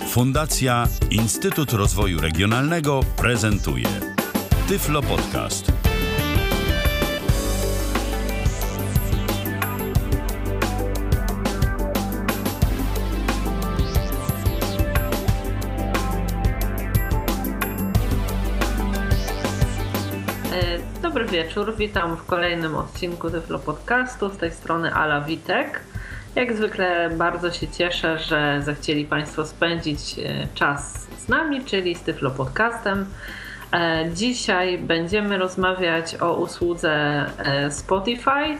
Fundacja Instytut Rozwoju Regionalnego prezentuje Tyflo Podcast. Dobry wieczór, witam w kolejnym odcinku Tyflo Podcastu. Z tej strony Ala Witek. Jak zwykle bardzo się cieszę, że zechcieli Państwo spędzić czas z nami, czyli z Tyflo Podcastem. Dzisiaj będziemy rozmawiać o usłudze Spotify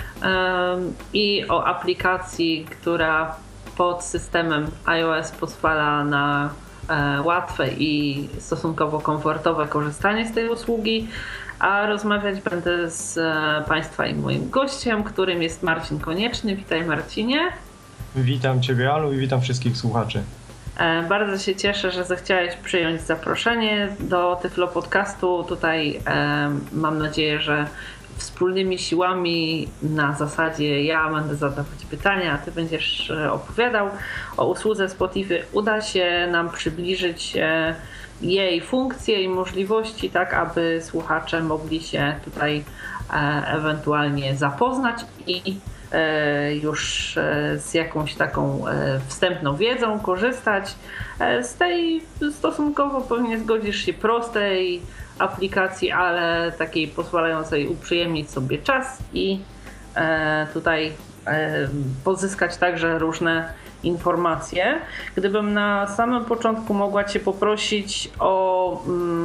i o aplikacji, która pod systemem iOS pozwala na łatwe i stosunkowo komfortowe korzystanie z tej usługi. A rozmawiać będę z Państwa i moim gościem, którym jest Marcin Konieczny. Witaj, Marcinie. Witam Ciebie, Alu, i witam wszystkich słuchaczy. Bardzo się cieszę, że zechciałeś przyjąć zaproszenie do Tyflo Podcastu. Tutaj mam nadzieję, że wspólnymi siłami na zasadzie ja będę zadawać pytania, a Ty będziesz opowiadał o usłudze Spotify. Uda się nam przybliżyć jej funkcje i możliwości, tak aby słuchacze mogli się tutaj ewentualnie zapoznać i już z jakąś taką wstępną wiedzą korzystać z tej stosunkowo, pewnie zgodzisz się, prostej aplikacji, ale takiej pozwalającej uprzyjemnić sobie czas i tutaj pozyskać także różne informacje. Gdybym na samym początku mogła Cię poprosić o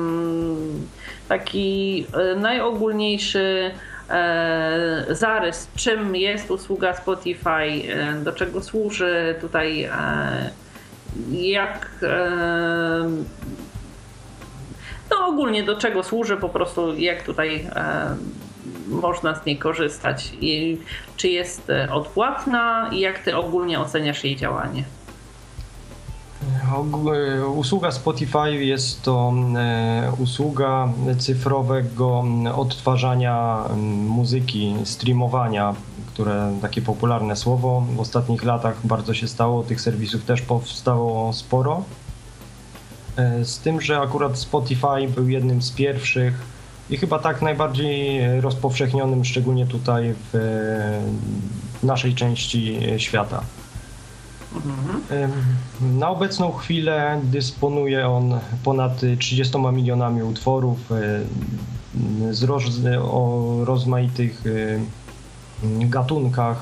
taki najogólniejszy zarys, czym jest usługa Spotify, do czego służy tutaj, jak no ogólnie do czego służy, po prostu jak tutaj można z niej korzystać i czy jest odpłatna i jak Ty ogólnie oceniasz jej działanie? Usługa Spotify jest to usługa cyfrowego odtwarzania muzyki, streamowania, które takie popularne słowo w ostatnich latach bardzo się stało, tych serwisów też powstało sporo. Z tym, że akurat Spotify był jednym z pierwszych i chyba tak najbardziej rozpowszechnionym, szczególnie tutaj w naszej części świata. Na obecną chwilę dysponuje on ponad 30 milionami utworów o rozmaitych gatunkach.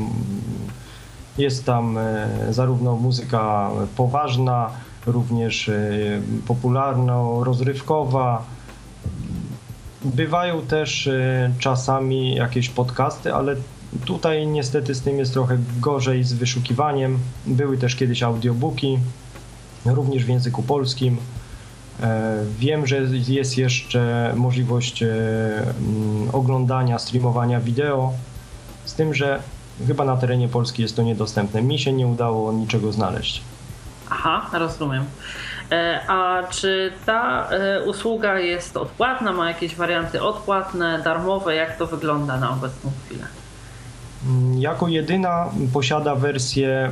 Jest tam zarówno muzyka poważna, również popularno-rozrywkowa. Bywają też czasami jakieś podcasty, ale tutaj niestety z tym jest trochę gorzej z wyszukiwaniem. Były też kiedyś audiobooki, również w języku polskim. Wiem, że jest jeszcze możliwość oglądania, streamowania wideo, z tym, że chyba na terenie Polski jest to niedostępne. Mi się nie udało niczego znaleźć. Aha, rozumiem. A czy ta usługa jest odpłatna? Ma jakieś warianty odpłatne, darmowe? Jak to wygląda na obecną chwilę? Jako jedyna posiada wersję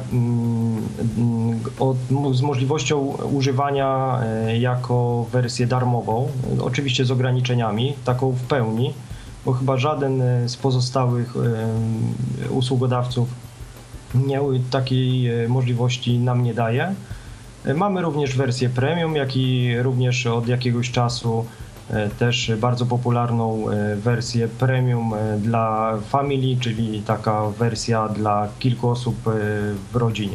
z możliwością używania jako wersję darmową, oczywiście z ograniczeniami, taką w pełni, bo chyba żaden z pozostałych usługodawców takiej możliwości nam nie daje. Mamy również wersję premium, jak i również od jakiegoś czasu też bardzo popularną wersję premium dla family, czyli taka wersja dla kilku osób w rodzinie.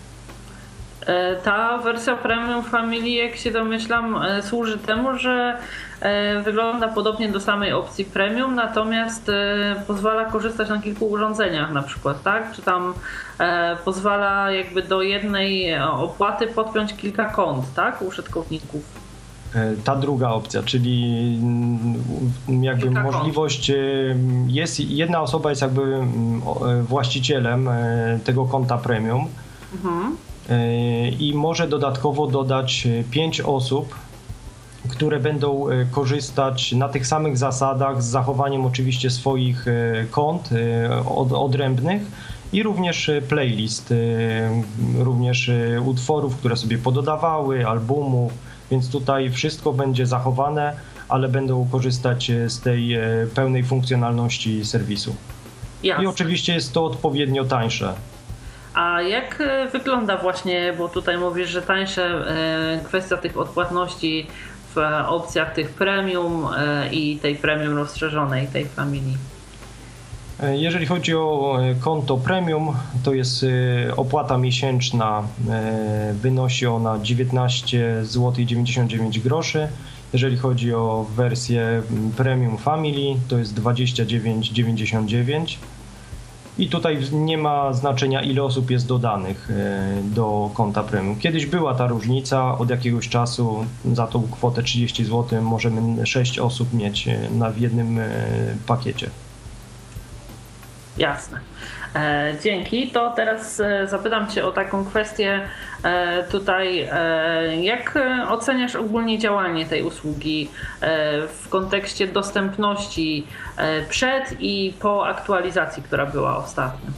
Ta wersja Premium Family, jak się domyślam, służy temu, że wygląda podobnie do samej opcji Premium, natomiast pozwala korzystać na kilku urządzeniach na przykład, tak? Czy tam pozwala jakby do jednej opłaty podpiąć kilka kont, tak? Użytkowników. Ta druga opcja, czyli jakby kilka możliwość, jedna osoba jest jakby właścicielem tego konta Premium. I może dodatkowo dodać 5 osób, które będą korzystać na tych samych zasadach, z zachowaniem oczywiście swoich kont odrębnych i również playlist, również utworów, które sobie pododawały, albumów, więc tutaj wszystko będzie zachowane, ale będą korzystać z tej pełnej funkcjonalności serwisu. Jasne. I oczywiście jest to odpowiednio tańsze. A jak wygląda właśnie, bo tutaj mówisz, że tańsze, kwestia tych odpłatności w opcjach tych premium i tej premium rozszerzonej, tej familii? Jeżeli chodzi o konto premium, to jest opłata miesięczna, wynosi ona 19,99 zł. Jeżeli chodzi o wersję Premium Family, to jest 29,99. I tutaj nie ma znaczenia, ile osób jest dodanych do konta premium. Kiedyś była ta różnica, od jakiegoś czasu za tą kwotę 30 zł możemy 6 osób mieć w jednym pakiecie. Jasne. Dzięki. To teraz zapytam Cię o taką kwestię tutaj. Jak oceniasz ogólnie działanie tej usługi w kontekście dostępności przed i po aktualizacji, która była ostatnio?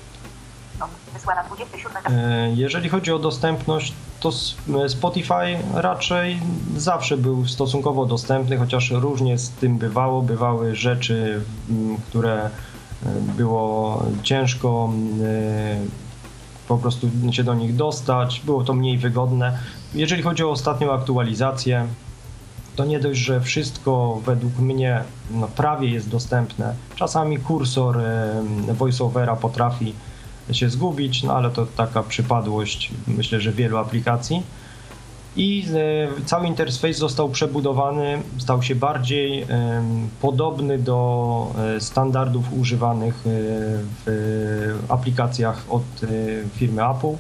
Jeżeli chodzi o dostępność, to Spotify raczej zawsze był stosunkowo dostępny, chociaż różnie z tym bywało. Bywały rzeczy, które było ciężko po prostu się do nich dostać, było to mniej wygodne. Jeżeli chodzi o ostatnią aktualizację, to nie dość, że wszystko według mnie prawie jest dostępne. Czasami kursor VoiceOvera potrafi się zgubić, ale to taka przypadłość, myślę, że wielu aplikacji. I cały interfejs został przebudowany, stał się bardziej podobny do standardów używanych w aplikacjach od firmy Apple,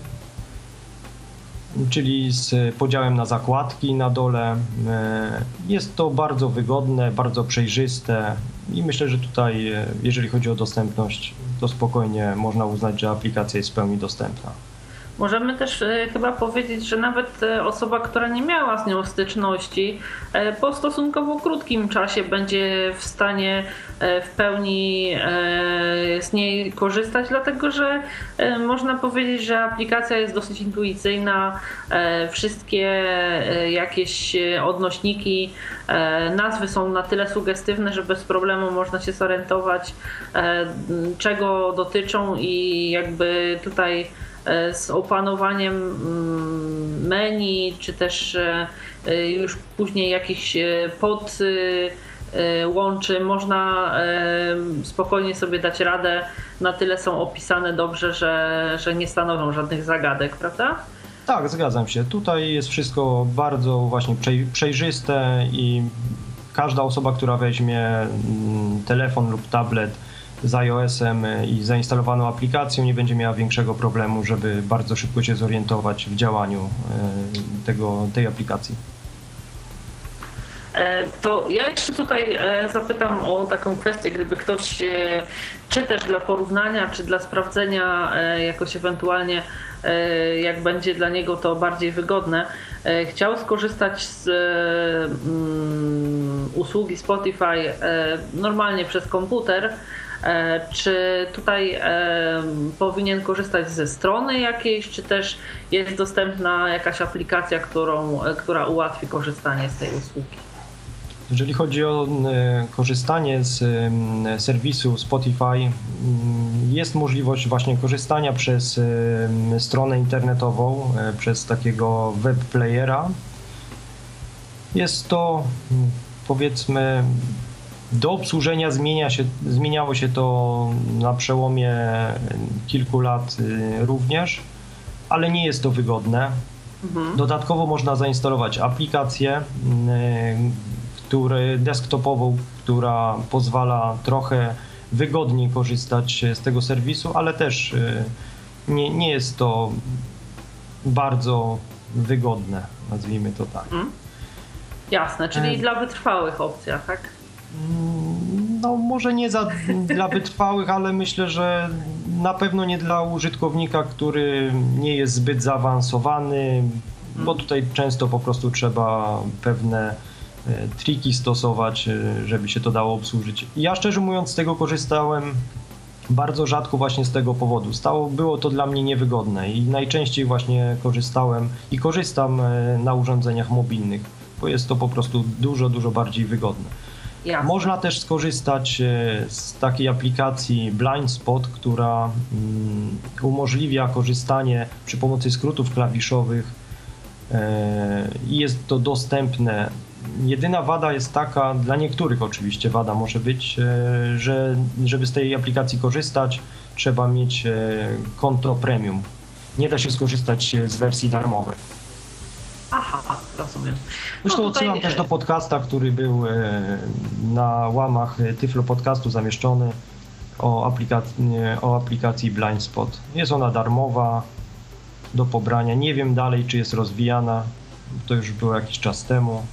czyli z podziałem na zakładki na dole. Jest to bardzo wygodne, bardzo przejrzyste i myślę, że tutaj, jeżeli chodzi o dostępność, to spokojnie można uznać, że aplikacja jest w pełni dostępna. Możemy też chyba powiedzieć, że nawet osoba, która nie miała z nią styczności, po stosunkowo krótkim czasie będzie w stanie w pełni z niej korzystać, dlatego że można powiedzieć, że aplikacja jest dosyć intuicyjna. Wszystkie jakieś odnośniki, nazwy są na tyle sugestywne, że bez problemu można się zorientować, czego dotyczą i jakby tutaj z opanowaniem menu, czy też już później jakichś podłączy można spokojnie sobie dać radę. Na tyle są opisane dobrze, że nie stanowią żadnych zagadek, prawda? Tak, zgadzam się. Tutaj jest wszystko bardzo właśnie przejrzyste i każda osoba, która weźmie telefon lub tablet z iOS-em i zainstalowaną aplikacją, nie będzie miała większego problemu, żeby bardzo szybko się zorientować w działaniu tej aplikacji. To ja jeszcze tutaj zapytam o taką kwestię, gdyby ktoś, czy też dla porównania, czy dla sprawdzenia jakoś ewentualnie, jak będzie dla niego to bardziej wygodne, chciał skorzystać z usługi Spotify normalnie przez komputer, czy tutaj powinien korzystać ze strony jakiejś, czy też jest dostępna jakaś aplikacja, która ułatwi korzystanie z tej usługi? Jeżeli chodzi o korzystanie z serwisu Spotify, jest możliwość właśnie korzystania przez stronę internetową, przez takiego web playera. Jest to, powiedzmy, do obsłużenia zmieniało się to na przełomie kilku lat również, ale nie jest to wygodne. Dodatkowo można zainstalować aplikację desktopową, która pozwala trochę wygodniej korzystać z tego serwisu, ale też nie jest to bardzo wygodne, nazwijmy to tak. Jasne, czyli dla wytrwałych opcja, tak? No może nie dla wytrwałych, ale myślę, że na pewno nie dla użytkownika, który nie jest zbyt zaawansowany, bo tutaj często po prostu trzeba pewne triki stosować, żeby się to dało obsłużyć. Ja szczerze mówiąc z tego korzystałem bardzo rzadko właśnie z tego powodu. Było to dla mnie niewygodne i najczęściej właśnie korzystam na urządzeniach mobilnych, bo jest to po prostu dużo bardziej wygodne. Jasne. Można też skorzystać z takiej aplikacji Blind Spot, która umożliwia korzystanie przy pomocy skrótów klawiszowych i jest to dostępne. Jedyna wada jest taka, dla niektórych oczywiście wada może być, że żeby z tej aplikacji korzystać, trzeba mieć konto premium. Nie da się skorzystać z wersji darmowej. Aha, rozumiem. Zresztą odsyłam też do podcasta, który był na łamach Tyflo Podcastu zamieszczony o aplikacji Blind Spot. Jest ona darmowa do pobrania. Nie wiem dalej, czy jest rozwijana. To już było jakiś czas temu.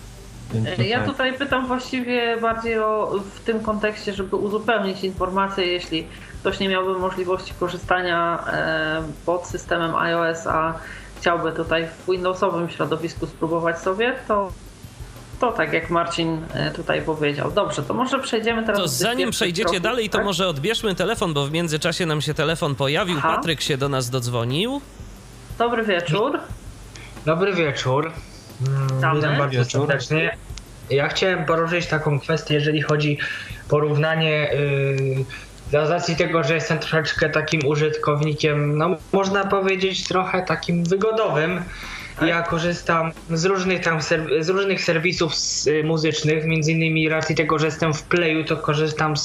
Ja tutaj pytam właściwie bardziej w tym kontekście, żeby uzupełnić informację, jeśli ktoś nie miałby możliwości korzystania pod systemem iOS, a chciałby tutaj w Windowsowym środowisku spróbować sobie, to tak jak Marcin tutaj powiedział. Dobrze, to może przejdziemy teraz to zanim przejdziecie dalej, to może odbierzmy telefon, bo w międzyczasie nam się telefon pojawił. Aha. Patryk się do nas dodzwonił. Dobry wieczór. Dobry wieczór. Witam bardzo serdecznie. Ja chciałem poruszyć taką kwestię, jeżeli chodzi o porównanie z racji tego, że jestem troszeczkę takim użytkownikiem, no można powiedzieć trochę takim wygodowym. Ja korzystam z różnych serwisów muzycznych, między innymi racji tego, że jestem w Playu, to korzystam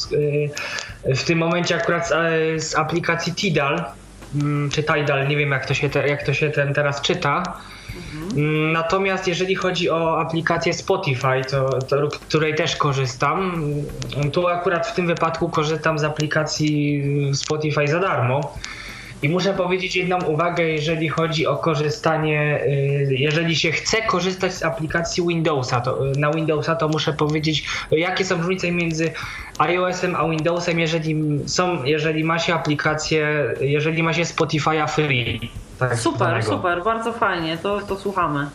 w tym momencie akurat z aplikacji Tidal, czy Tidal, nie wiem jak to się teraz czyta. Natomiast jeżeli chodzi o aplikację Spotify, której też korzystam, tu akurat w tym wypadku korzystam z aplikacji Spotify za darmo. I muszę powiedzieć jedną uwagę, jeżeli chodzi o korzystanie, jeżeli się chce korzystać z aplikacji na Windowsa, to muszę powiedzieć, jakie są różnice między iOS-em a Windowsem, jeżeli ma się aplikację, jeżeli ma się Spotify'a free. Tak super, bardzo fajnie, to słuchamy.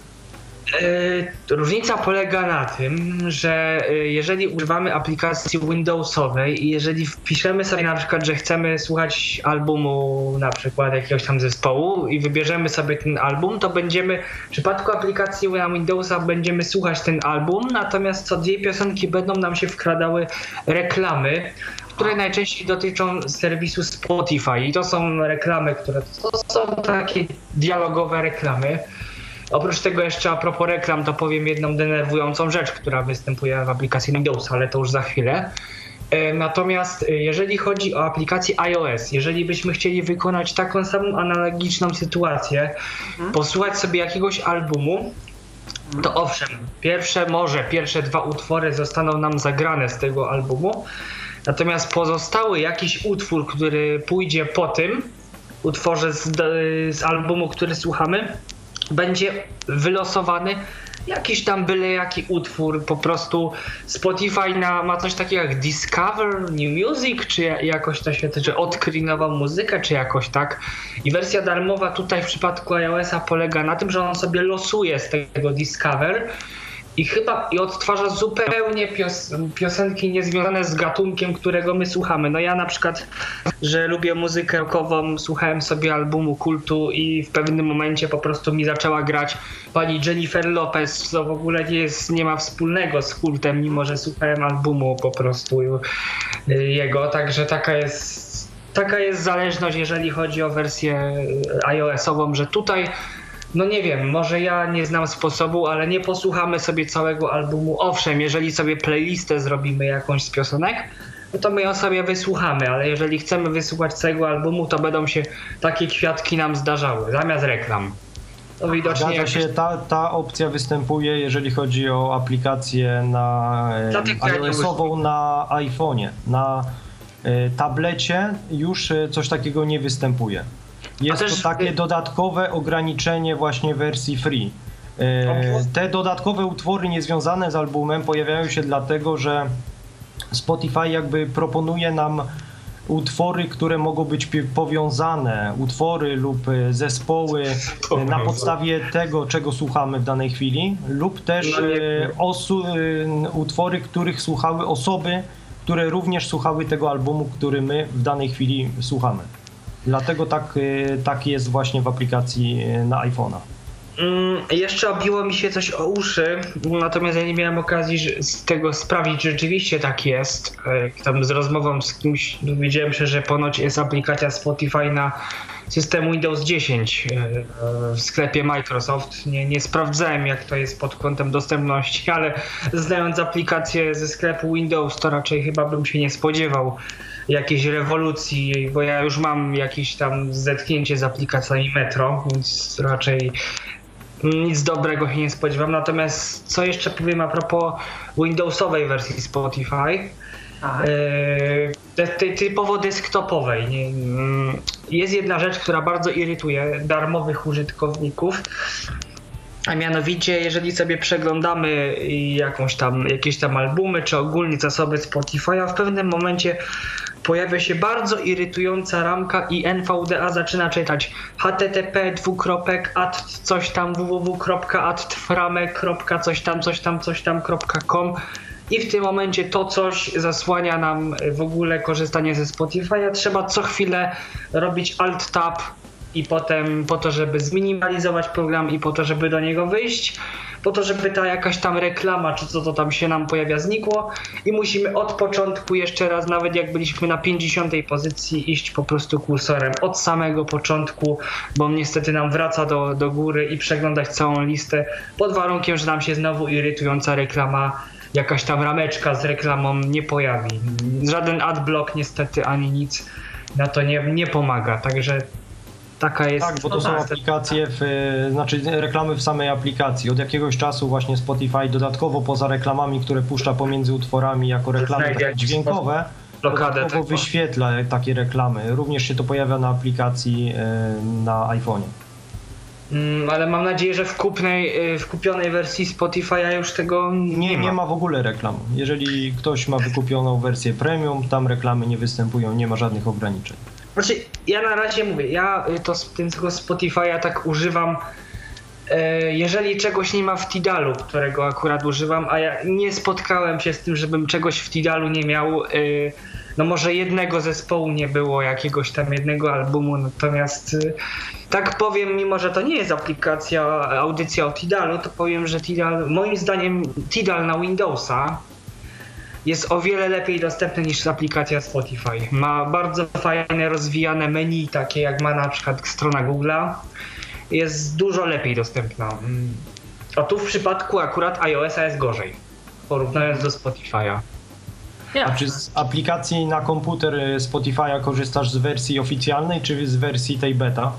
Różnica polega na tym, że jeżeli używamy aplikacji Windowsowej i jeżeli wpiszemy sobie na przykład, że chcemy słuchać albumu na przykład jakiegoś tam zespołu i wybierzemy sobie ten album, to będziemy w przypadku aplikacji na Windowsa będziemy słuchać ten album, natomiast co 2 piosenki będą nam się wkradały reklamy, które najczęściej dotyczą serwisu Spotify i to są reklamy, to są takie dialogowe reklamy. Oprócz tego jeszcze a propos reklam, to powiem jedną denerwującą rzecz, która występuje w aplikacji Windows, ale to już za chwilę. Natomiast jeżeli chodzi o aplikację iOS, jeżeli byśmy chcieli wykonać taką samą analogiczną sytuację, posłuchać sobie jakiegoś albumu, to owszem, pierwsze 2 utwory zostaną nam zagrane z tego albumu, natomiast pozostały jakiś utwór, który pójdzie po tym utworze z albumu, który słuchamy, będzie wylosowany jakiś tam byle jaki utwór, po prostu Spotify ma coś takiego jak Discover New Music, czy jakoś to się czy odkryj nową muzykę, czy jakoś tak. I wersja darmowa tutaj w przypadku iOS-a polega na tym, że on sobie losuje z tego Discover i odtwarza zupełnie piosenki niezwiązane z gatunkiem, którego my słuchamy. No ja na przykład, że lubię muzykę rockową, słuchałem sobie albumu Kultu i w pewnym momencie po prostu mi zaczęła grać pani Jennifer Lopez, co w ogóle nie ma wspólnego z Kultem, mimo że słuchałem albumu po prostu jego, także taka jest zależność, jeżeli chodzi o wersję iOS-ową, że tutaj no nie wiem, może ja nie znam sposobu, ale nie posłuchamy sobie całego albumu. Owszem, jeżeli sobie playlistę zrobimy jakąś z piosenek, no to my ją sobie wysłuchamy, ale jeżeli chcemy wysłuchać całego albumu, to będą się takie kwiatki nam zdarzały, zamiast reklam. To widocznie zgadza się, ta opcja występuje, jeżeli chodzi o aplikację na iOS-ową na iPhone'ie. Na tablecie już coś takiego nie występuje. Jest to takie dodatkowe ograniczenie właśnie wersji free. Te dodatkowe utwory niezwiązane z albumem pojawiają się dlatego, że Spotify jakby proponuje nam utwory, które mogą być powiązane, utwory lub zespoły na podstawie tego, czego słuchamy w danej chwili, lub też utwory, których słuchały osoby, które również słuchały tego albumu, który my w danej chwili słuchamy. Dlatego tak jest właśnie w aplikacji na iPhone'a. Jeszcze obiło mi się coś o uszy, natomiast ja nie miałem okazji z tego sprawdzić, czy rzeczywiście tak jest. Tam z rozmową z kimś dowiedziałem się, że ponoć jest aplikacja Spotify na system Windows 10 w sklepie Microsoft. Nie sprawdzałem, jak to jest pod kątem dostępności, ale znając aplikację ze sklepu Windows, to raczej chyba bym się nie spodziewał jakiejś rewolucji, bo ja już mam jakieś tam zetknięcie z aplikacjami Metro, więc raczej nic dobrego się nie spodziewam. Natomiast co jeszcze powiem a propos Windowsowej wersji Spotify, tej typowo desktopowej. Jest jedna rzecz, która bardzo irytuje darmowych użytkowników, a mianowicie jeżeli sobie przeglądamy jakieś tam albumy czy ogólnie zasoby Spotify'a, w pewnym momencie pojawia się bardzo irytująca ramka i NVDA zaczyna czytać http://add coś tam www.addframe.com i w tym momencie to coś zasłania nam w ogóle korzystanie ze Spotify'a. Trzeba co chwilę robić Alt-Tab i potem po to, żeby zminimalizować program i po to, żeby do niego wyjść, po to, żeby ta jakaś tam reklama, czy co to tam się nam pojawia, znikło i musimy od początku jeszcze raz, nawet jak byliśmy na 50. pozycji, iść po prostu kursorem od samego początku, bo niestety nam wraca do góry i przeglądać całą listę pod warunkiem, że nam się znowu irytująca reklama, jakaś tam rameczka z reklamą nie pojawi. Żaden adblock niestety ani nic na to nie pomaga, także taka jest. Tak, bo to są aplikacje, znaczy reklamy w samej aplikacji. Od jakiegoś czasu właśnie Spotify dodatkowo poza reklamami, które puszcza pomiędzy utworami jako reklamy dźwiękowe, dodatkowo wyświetla takie reklamy. Również się to pojawia na aplikacji na iPhone'ie. Ale mam nadzieję, że w kupionej wersji Spotify'a już tego nie ma w ogóle reklam. Jeżeli ktoś ma wykupioną wersję premium, tam reklamy nie występują, nie ma żadnych ograniczeń. Znaczy, ja na razie mówię, ja tego Spotify'a tak używam, jeżeli czegoś nie ma w Tidalu, którego akurat używam, a ja nie spotkałem się z tym, żebym czegoś w Tidalu nie miał, no może jednego zespołu nie było, jakiegoś tam jednego albumu, natomiast tak powiem, mimo że to nie jest audycja o Tidalu, to powiem, że Tidal, moim zdaniem Tidal na Windowsa jest o wiele lepiej dostępny niż aplikacja Spotify. Ma bardzo fajne, rozwijane menu, takie jak ma na przykład strona Google'a. Jest dużo lepiej dostępna. A tu w przypadku akurat iOS-a jest gorzej, porównując do Spotify'a. A czy z aplikacji na komputer Spotify'a korzystasz z wersji oficjalnej, czy z wersji tej beta?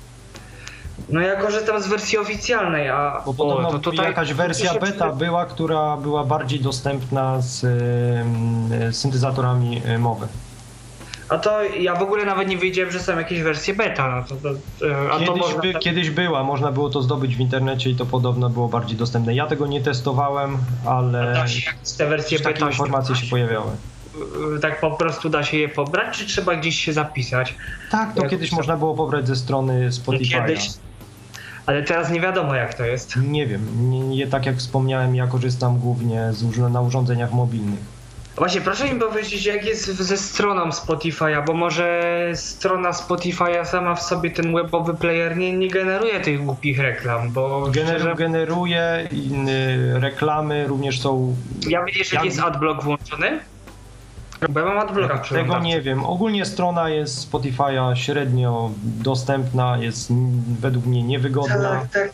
No ja korzystam z wersji oficjalnej, a bo podobno tutaj jakaś wersja beta była, która była bardziej dostępna z syntezatorami mowy. A to ja w ogóle nawet nie wiedziałem, że są jakieś wersje beta. No kiedyś była, można było to zdobyć w internecie i to podobno było bardziej dostępne. Ja tego nie testowałem, ale da się te wersje beta takie informacje się pojawiały. Tak po prostu da się je pobrać, czy trzeba gdzieś się zapisać? Tak, to kiedyś można było pobrać ze strony Spotify'a. Ale teraz nie wiadomo, jak to jest. Nie wiem, tak jak wspomniałem, ja korzystam głównie na urządzeniach mobilnych. Właśnie, proszę mi powiedzieć, jak jest ze stroną Spotify'a, bo może strona Spotify'a sama w sobie, ten webowy player nie generuje tych głupich reklam, bo generuje reklamy, również są... Ja wiem, że jest adblock włączony? Bo ja mam adblocka w Tego nie wiem. Ogólnie strona jest Spotify'a średnio dostępna, jest według mnie niewygodna. Tak.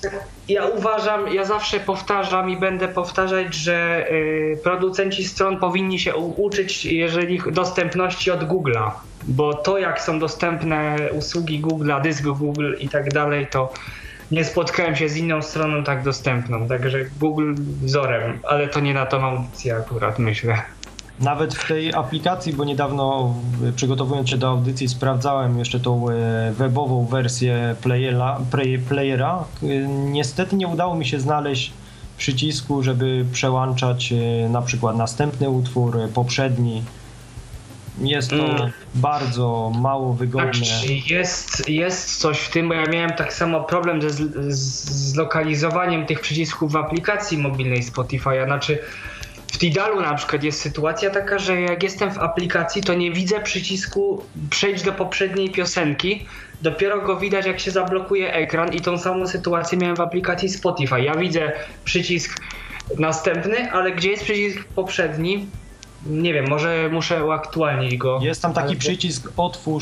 Ja zawsze powtarzam i będę powtarzać, że producenci stron powinni się uczyć dostępności od Google'a, bo to jak są dostępne usługi Google'a, dysk Google i tak dalej, to nie spotkałem się z inną stroną tak dostępną, także Google wzorem, ale to nie na tą audycję akurat, myślę. Nawet w tej aplikacji, bo niedawno przygotowując się do audycji sprawdzałem jeszcze tą webową wersję playera. Niestety nie udało mi się znaleźć przycisku, żeby przełączać na przykład następny utwór, poprzedni. Jest to bardzo mało wygodne. Jest coś w tym, bo ja miałem tak samo problem z lokalizowaniem tych przycisków w aplikacji mobilnej Spotify'a. Znaczy, w Tidalu na przykład jest sytuacja taka, że jak jestem w aplikacji, to nie widzę przycisku przejdź do poprzedniej piosenki. Dopiero go widać, jak się zablokuje ekran, i tą samą sytuację miałem w aplikacji Spotify. Ja widzę przycisk następny, ale gdzie jest przycisk poprzedni? Nie wiem, może muszę uaktualnić go. Jest tam taki przycisk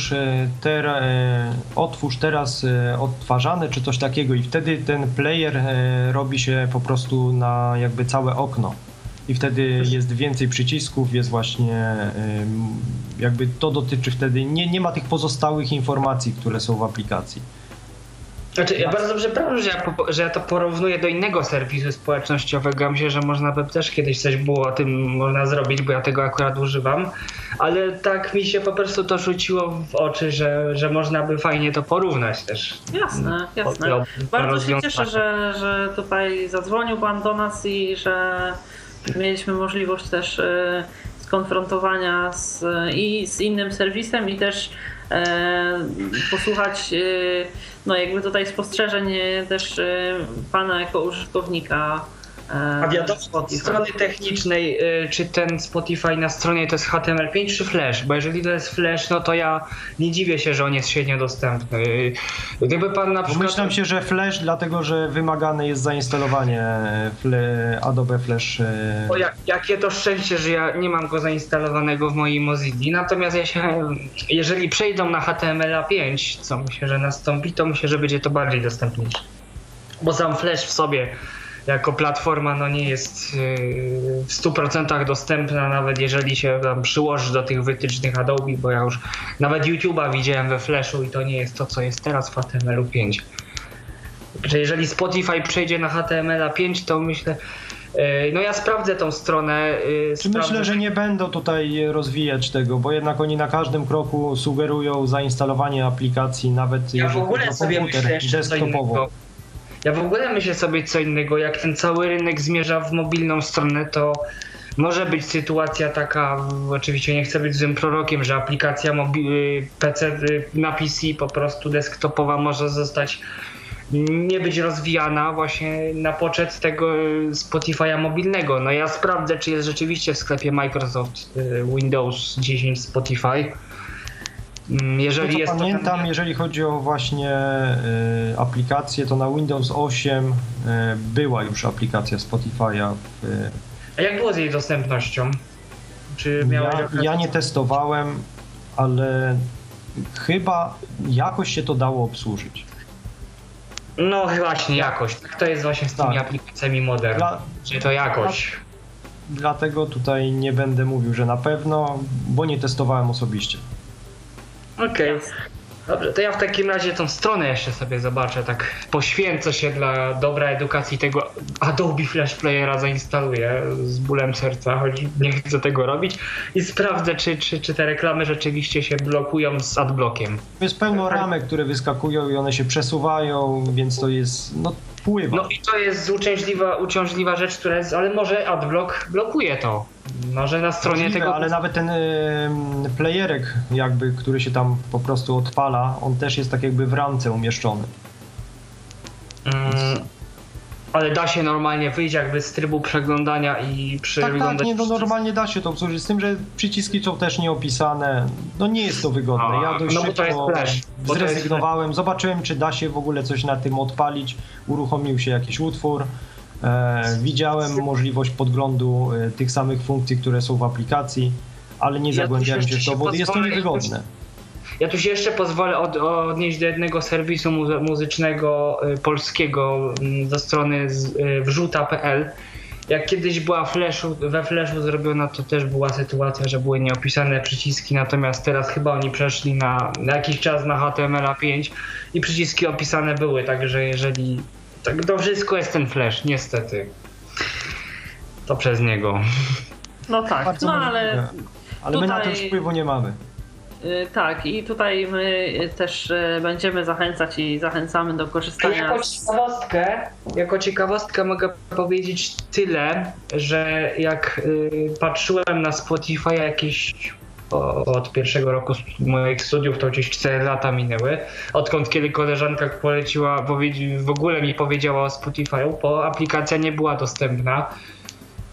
otwórz teraz odtwarzane, czy coś takiego, i wtedy ten player robi się po prostu na jakby całe okno. I wtedy jest więcej przycisków, jest właśnie jakby to dotyczy wtedy, nie ma tych pozostałych informacji, które są w aplikacji. Znaczy, ja bardzo dobrze prawda, że ja to porównuję do innego serwisu społecznościowego. Ja myślę, że można by też kiedyś coś było o tym można zrobić, bo ja tego akurat używam. Ale tak mi się po prostu to rzuciło w oczy, że można by fajnie to porównać też. Jasne. Bardzo się cieszę, że tutaj zadzwonił pan do nas i że mieliśmy możliwość też skonfrontowania z innym serwisem i też posłuchać no jakby tutaj spostrzeżeń też pana jako użytkownika. A wiadomo, od strony technicznej, czy ten Spotify na stronie to jest HTML5 czy Flash? Bo jeżeli to jest Flash, no to ja nie dziwię się, że on jest średnio dostępny. Gdyby pan na przykład... Myślę się, że Flash, dlatego że wymagane jest zainstalowanie Adobe Flash. O, jakie to szczęście, że ja nie mam go zainstalowanego w mojej Mozilli. Natomiast jeżeli przejdą na HTML5, co myślę, że nastąpi, to myślę, że będzie to bardziej dostępniejsze. Bo sam Flash w sobie jako platforma no nie jest w 100% dostępna, nawet jeżeli się tam przyłoży do tych wytycznych Adobe, bo ja już nawet YouTube'a widziałem we Flashu i to nie jest to, co jest teraz w HTML5. Że jeżeli Spotify przejdzie na HTML5, to myślę, no ja sprawdzę tą stronę. Myślę, że nie będą tutaj rozwijać tego, bo jednak oni na każdym kroku sugerują zainstalowanie aplikacji, nawet jeżeli chodzi o komputer desktopowo. Ja w ogóle myślę sobie co innego, jak ten cały rynek zmierza w mobilną stronę, to może być sytuacja taka, oczywiście nie chcę być złym prorokiem, że aplikacja PC na PC po prostu desktopowa może zostać, nie być rozwijana właśnie na poczet tego Spotify'a mobilnego. No ja sprawdzę, czy jest rzeczywiście w sklepie Microsoft Windows 10 Spotify. Jeżeli to jest pamiętam, to jeżeli chodzi o właśnie aplikację, to na Windows 8 była już aplikacja Spotify'a. A jak było z jej dostępnością? Czy ja nie testowałem, ale chyba jakoś się to dało obsłużyć. No właśnie jakoś. Tak to jest właśnie z tymi aplikacjami modern. Czy to jakoś. Dlatego tutaj nie będę mówił, że na pewno, bo nie testowałem osobiście. Okej. Dobrze, to ja w takim razie tą stronę jeszcze sobie zobaczę, tak poświęcę się dla dobra edukacji tego Adobe Flash Playera, zainstaluję z bólem serca, choć nie chcę tego robić i sprawdzę, czy te reklamy rzeczywiście się blokują z adblockiem. Jest pełno ramek, które wyskakują i one się przesuwają, więc to jest, wpływa. No i to jest uciążliwa rzecz, która jest, ale może adblock blokuje to. Może na stronie możliwe, tego... Ale nawet ten playerek jakby, który się tam po prostu odpala, on też jest tak jakby w ramce umieszczony. Ale da się normalnie wyjść jakby z trybu przeglądania i przeglądać... Tak, normalnie da się to obsłużyć, z tym, że przyciski są też nieopisane, nie jest to wygodne. Ja dość szybko zrezygnowałem, zobaczyłem, czy da się w ogóle coś na tym odpalić, uruchomił się jakiś utwór. Widziałem możliwość podglądu tych samych funkcji, które są w aplikacji, ale nie zagłębiałem się w to, bo jest to niewygodne. Ja tu się jeszcze pozwolę odnieść do jednego serwisu muzycznego polskiego ze strony wrzuta.pl. Jak kiedyś była we Flashu zrobiona, to też była sytuacja, że były nieopisane przyciski, natomiast teraz chyba oni przeszli na jakiś czas na HTML5 i przyciski opisane były, także jeżeli... Tak, to wszystko jest ten Flash, niestety. To przez niego. No tak, ale tutaj... my na to już wpływu nie mamy. Tak, i tutaj my też będziemy zachęcać i zachęcamy do korzystania. Jako ciekawostkę mogę powiedzieć tyle, że jak patrzyłem na Spotify jakieś od pierwszego roku moich studiów, to gdzieś 4 lata minęły, odkąd kiedy koleżanka w ogóle mi powiedziała o Spotify'u, bo aplikacja nie była dostępna,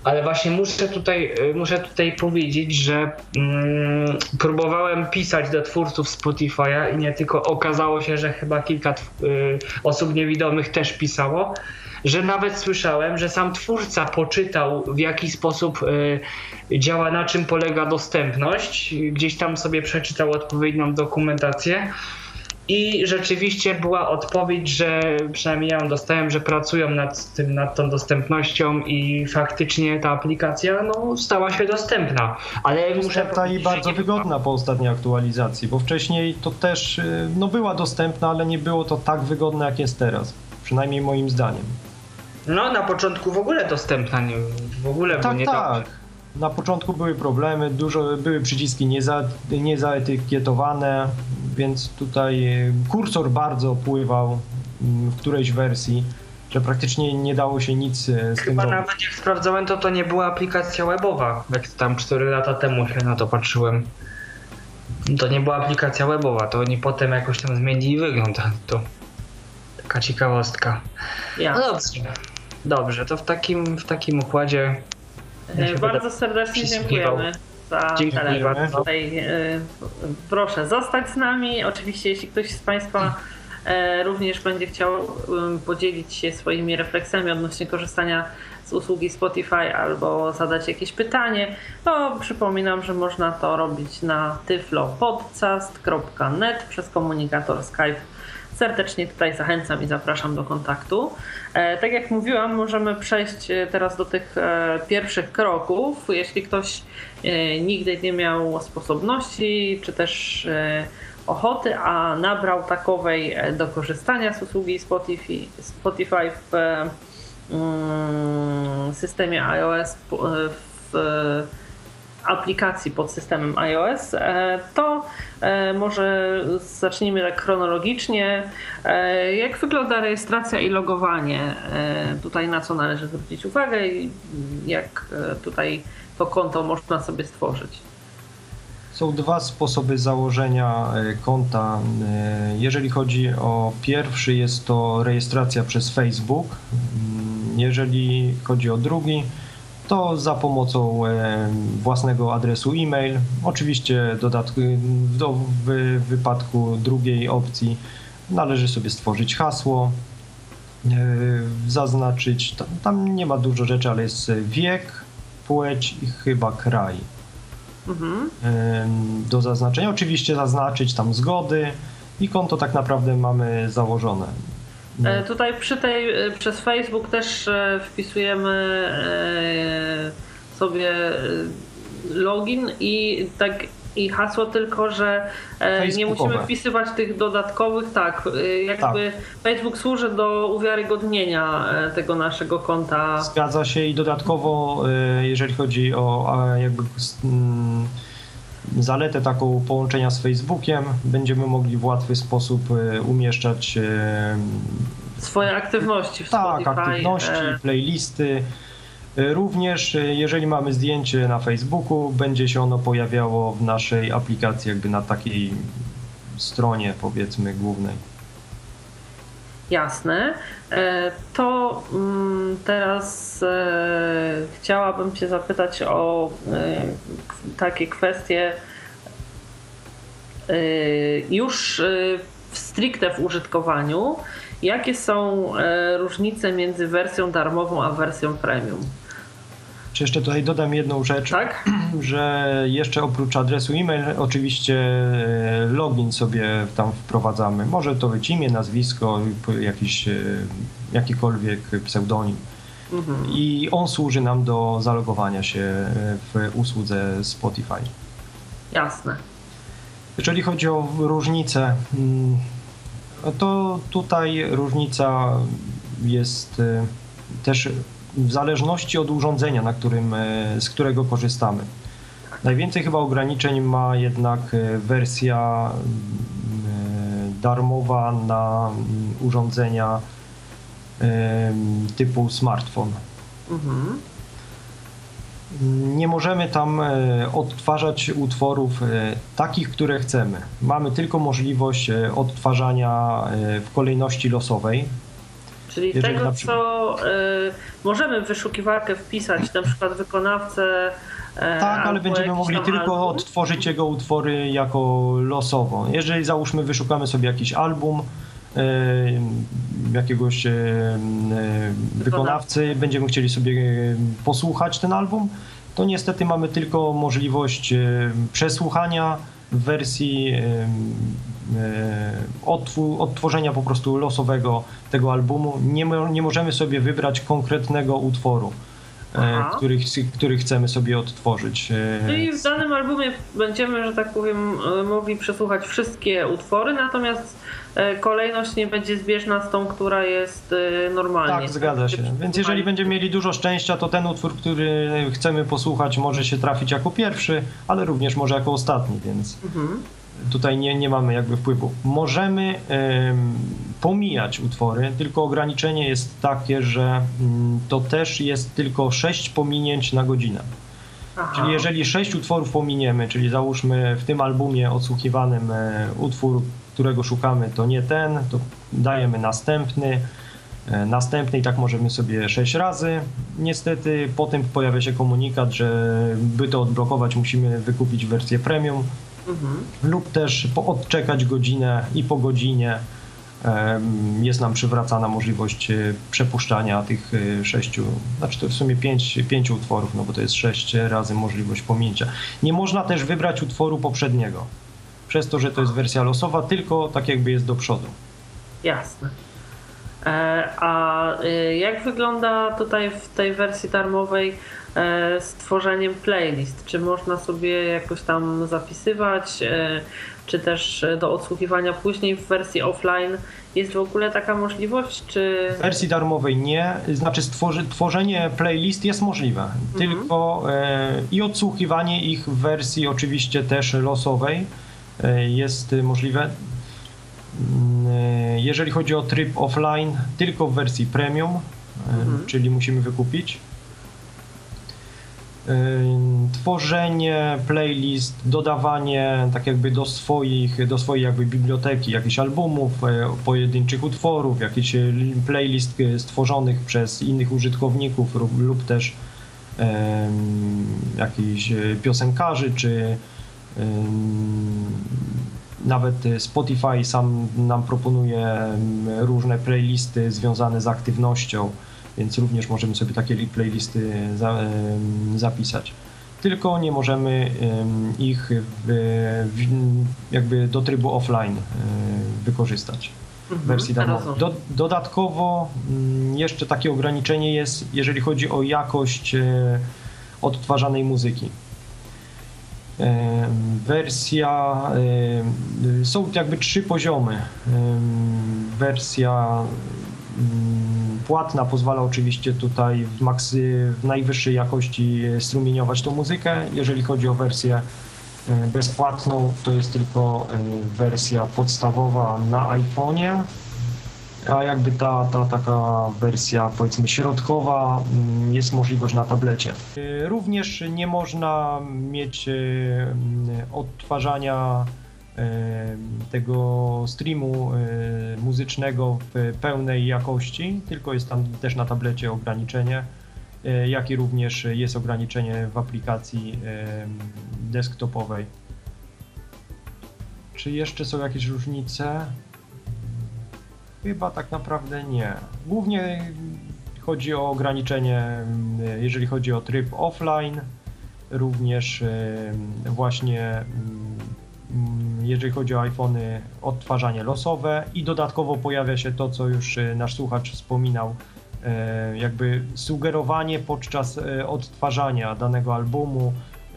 Ale właśnie muszę tutaj powiedzieć, że próbowałem pisać do twórców Spotify'a i nie tylko, okazało się, że chyba kilka osób niewidomych też pisało, że nawet słyszałem, że sam twórca poczytał, w jaki sposób działa, na czym polega dostępność, gdzieś tam sobie przeczytał odpowiednią dokumentację. I rzeczywiście była odpowiedź, że przynajmniej ja ją dostałem, że pracują nad tą dostępnością i faktycznie ta aplikacja stała się dostępna. Ale muszę powiedzieć, i bardzo wygodna po ostatniej aktualizacji, bo wcześniej to też była dostępna, ale nie było to tak wygodne jak jest teraz. Przynajmniej moim zdaniem. Na początku w ogóle dostępna, w ogóle tak, nie tak. Na początku były problemy, były przyciski niezaetykietowane, więc tutaj kursor bardzo pływał w którejś wersji, że praktycznie nie dało się nic z tym Chyba zrobić. nawet jak sprawdzałem, to nie była aplikacja webowa, jak tam 4 lata temu się na to patrzyłem. To nie była aplikacja webowa, to oni potem jakoś tam zmienili wygląd. To taka ciekawostka. Ja. Dobrze, to w takim układzie. Bardzo serdecznie dziękujemy za telefon. Tutaj, proszę zostać z nami. Oczywiście, jeśli ktoś z Państwa również będzie chciał podzielić się swoimi refleksjami odnośnie korzystania z usługi Spotify albo zadać jakieś pytanie, to przypominam, że można to robić na tyflopodcast.net przez komunikator Skype. Serdecznie tutaj zachęcam i zapraszam do kontaktu. Tak jak mówiłam, możemy przejść teraz do tych pierwszych kroków. Jeśli ktoś nigdy nie miał sposobności, czy też ochoty, a nabrał takowej do korzystania z usługi Spotify w systemie iOS, w aplikacji pod systemem iOS, to może zacznijmy tak chronologicznie. Jak wygląda rejestracja i logowanie? Tutaj na co należy zwrócić uwagę i jak tutaj to konto można sobie stworzyć? Są dwa sposoby założenia konta. Jeżeli chodzi o pierwszy, jest to rejestracja przez Facebook. Jeżeli chodzi o drugi, to za pomocą własnego adresu e-mail. Oczywiście w wypadku drugiej opcji należy sobie stworzyć hasło, zaznaczyć, tam nie ma dużo rzeczy, ale jest wiek, płeć i chyba kraj do zaznaczenia. Oczywiście zaznaczyć tam zgody i konto tak naprawdę mamy założone. Tutaj przez Facebook też wpisujemy sobie login i hasło, tylko że nie musimy wpisywać tych dodatkowych, Facebook służy do uwiarygodnienia tego naszego konta. Zgadza się i dodatkowo, jeżeli chodzi o zaletę taką połączenia z Facebookiem, będziemy mogli w łatwy sposób umieszczać swoje aktywności w Spotify. Tak, aktywności, playlisty. Również jeżeli mamy zdjęcie na Facebooku, będzie się ono pojawiało w naszej aplikacji, jakby na takiej stronie, powiedzmy, głównej. Jasne. To teraz chciałabym Cię zapytać o takie kwestie już stricte w użytkowaniu. Jakie są różnice między wersją darmową a wersją premium? Czy jeszcze tutaj dodam jedną rzecz, tak? Że jeszcze oprócz adresu e-mail oczywiście login sobie tam wprowadzamy. Może to być imię, nazwisko, jakikolwiek pseudonim. I on służy nam do zalogowania się w usłudze Spotify. Jasne. Jeżeli chodzi o różnicę, to tutaj różnica jest też w zależności od urządzenia, z którego korzystamy. Najwięcej chyba ograniczeń ma jednak wersja darmowa na urządzenia typu smartfon. Nie możemy tam odtwarzać utworów takich, które chcemy. Mamy tylko możliwość odtwarzania w kolejności losowej. Czyli tego, co możemy w wyszukiwarkę wpisać, na przykład wykonawcę. Tak, ale będziemy mogli tylko odtworzyć jego utwory jako losowo. Jeżeli załóżmy wyszukamy sobie jakiś album jakiegoś wykonawcy, będziemy chcieli sobie posłuchać ten album, to niestety mamy tylko możliwość przesłuchania w wersji odtworzenia po prostu losowego tego albumu. Nie możemy sobie wybrać konkretnego utworu, który chcemy sobie odtworzyć. Czyli w danym albumie będziemy, że tak powiem, mogli przesłuchać wszystkie utwory, natomiast kolejność nie będzie zbieżna z tą, która jest normalnie. Tak, zgadza się. Więc jeżeli będziemy mieli dużo szczęścia, to ten utwór, który chcemy posłuchać, może się trafić jako pierwszy, ale również może jako ostatni, więc tutaj nie mamy jakby wpływu. Możemy pomijać utwory, tylko ograniczenie jest takie, że to też jest tylko 6 pominięć na godzinę. Czyli jeżeli 6 utworów pominiemy, czyli załóżmy w tym albumie odsłuchiwanym utwór, którego szukamy, to nie ten, to dajemy następny i tak możemy sobie 6 razy. Niestety potem pojawia się komunikat, że by to odblokować, musimy wykupić wersję premium lub też odczekać godzinę i po godzinie jest nam przywracana możliwość przepuszczania tych 6, znaczy to w sumie 5 utworów, no bo to jest 6 razy możliwość pominięcia. Nie można też wybrać utworu poprzedniego, przez to, że to jest wersja losowa, tylko tak jakby jest do przodu. Jasne. A jak wygląda tutaj w tej wersji darmowej z tworzeniem playlist? Czy można sobie jakoś tam zapisywać, czy też do odsłuchiwania później w wersji offline? Jest w ogóle taka możliwość? Czy... W wersji darmowej nie, znaczy tworzenie playlist jest możliwe, tylko i odsłuchiwanie ich w wersji oczywiście też losowej jest możliwe. Jeżeli chodzi o tryb offline, tylko w wersji premium, czyli musimy wykupić. Tworzenie playlist, dodawanie tak jakby do swojej jakby biblioteki jakichś albumów, pojedynczych utworów, jakichś playlist stworzonych przez innych użytkowników lub też jakichś piosenkarzy, czy nawet Spotify sam nam proponuje różne playlisty związane z aktywnością, więc również możemy sobie takie playlisty zapisać. Tylko nie możemy ich jakby do trybu offline wykorzystać w wersji darmowej. Dodatkowo jeszcze takie ograniczenie jest, jeżeli chodzi o jakość odtwarzanej muzyki. Są jakby 3 poziomy. Wersja płatna pozwala oczywiście tutaj w najwyższej jakości strumieniować tą muzykę. Jeżeli chodzi o wersję bezpłatną, to jest tylko wersja podstawowa na iPhone'ie, a jakby ta taka wersja powiedzmy środkowa jest możliwość na tablecie. Również nie można mieć odtwarzania tego streamu muzycznego w pełnej jakości, tylko jest tam też na tablecie ograniczenie, jak i również jest ograniczenie w aplikacji desktopowej. Czy jeszcze są jakieś różnice? Chyba tak naprawdę nie. Głównie chodzi o ograniczenie, jeżeli chodzi o tryb offline, również właśnie jeżeli chodzi o iPhony, odtwarzanie losowe i dodatkowo pojawia się to, co już nasz słuchacz wspominał, jakby sugerowanie podczas odtwarzania danego albumu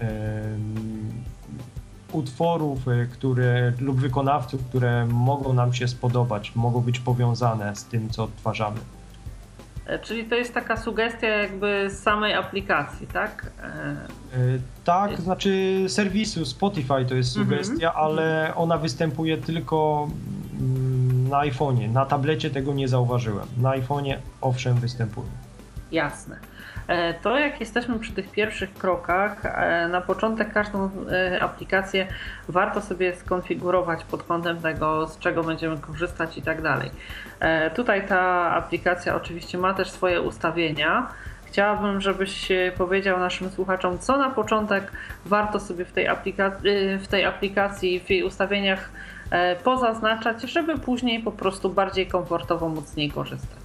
utworów, lub wykonawców, które mogą nam się spodobać, mogą być powiązane z tym, co odtwarzamy. Czyli to jest taka sugestia jakby z samej aplikacji, tak? Tak, znaczy serwisu Spotify to jest sugestia, ale ona występuje tylko na iPhone'ie. Na tablecie tego nie zauważyłem. Na iPhone'ie owszem występuje. Jasne. To jak jesteśmy przy tych pierwszych krokach, na początek każdą aplikację warto sobie skonfigurować pod kątem tego, z czego będziemy korzystać i tak dalej. Tutaj ta aplikacja oczywiście ma też swoje ustawienia. Chciałabym, żebyś powiedział naszym słuchaczom, co na początek warto sobie w tej aplikacji, w jej ustawieniach pozaznaczać, żeby później po prostu bardziej komfortowo móc z niej korzystać.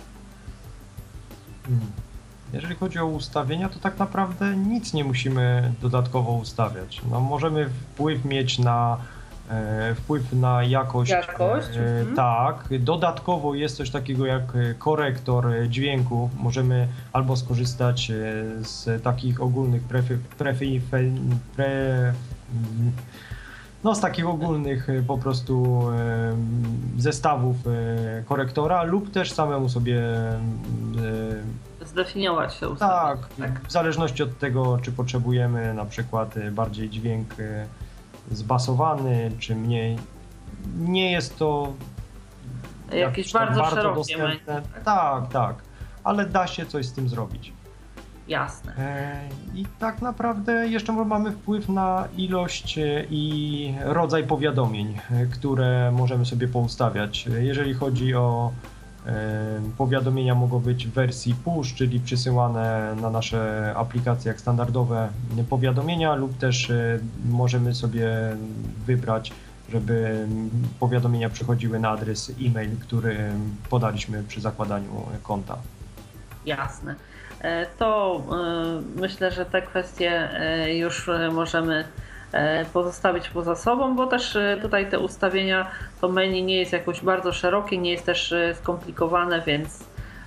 Jeżeli chodzi o ustawienia, to tak naprawdę nic nie musimy dodatkowo ustawiać. No, możemy wpływ na jakość. Tak. Dodatkowo jest coś takiego jak korektor dźwięku. Możemy albo skorzystać z takich ogólnych z takich ogólnych po prostu zestawów korektora, lub też samemu sobie zdefiniować te ustawienia. Tak, w zależności od tego, czy potrzebujemy na przykład bardziej dźwięk zbasowany, czy mniej. Nie jest to jakieś bardzo dostępne. Tak, ale da się coś z tym zrobić. Jasne. I tak naprawdę jeszcze mamy wpływ na ilość i rodzaj powiadomień, które możemy sobie poustawiać. Jeżeli chodzi o powiadomienia, mogą być w wersji push, czyli przysyłane na nasze aplikacje jak standardowe powiadomienia, lub też możemy sobie wybrać, żeby powiadomienia przychodziły na adres e-mail, który podaliśmy przy zakładaniu konta. Jasne. To myślę, że te kwestie już możemy pozostawić poza sobą, bo też tutaj te ustawienia, to menu nie jest jakoś bardzo szerokie, nie jest też skomplikowane, więc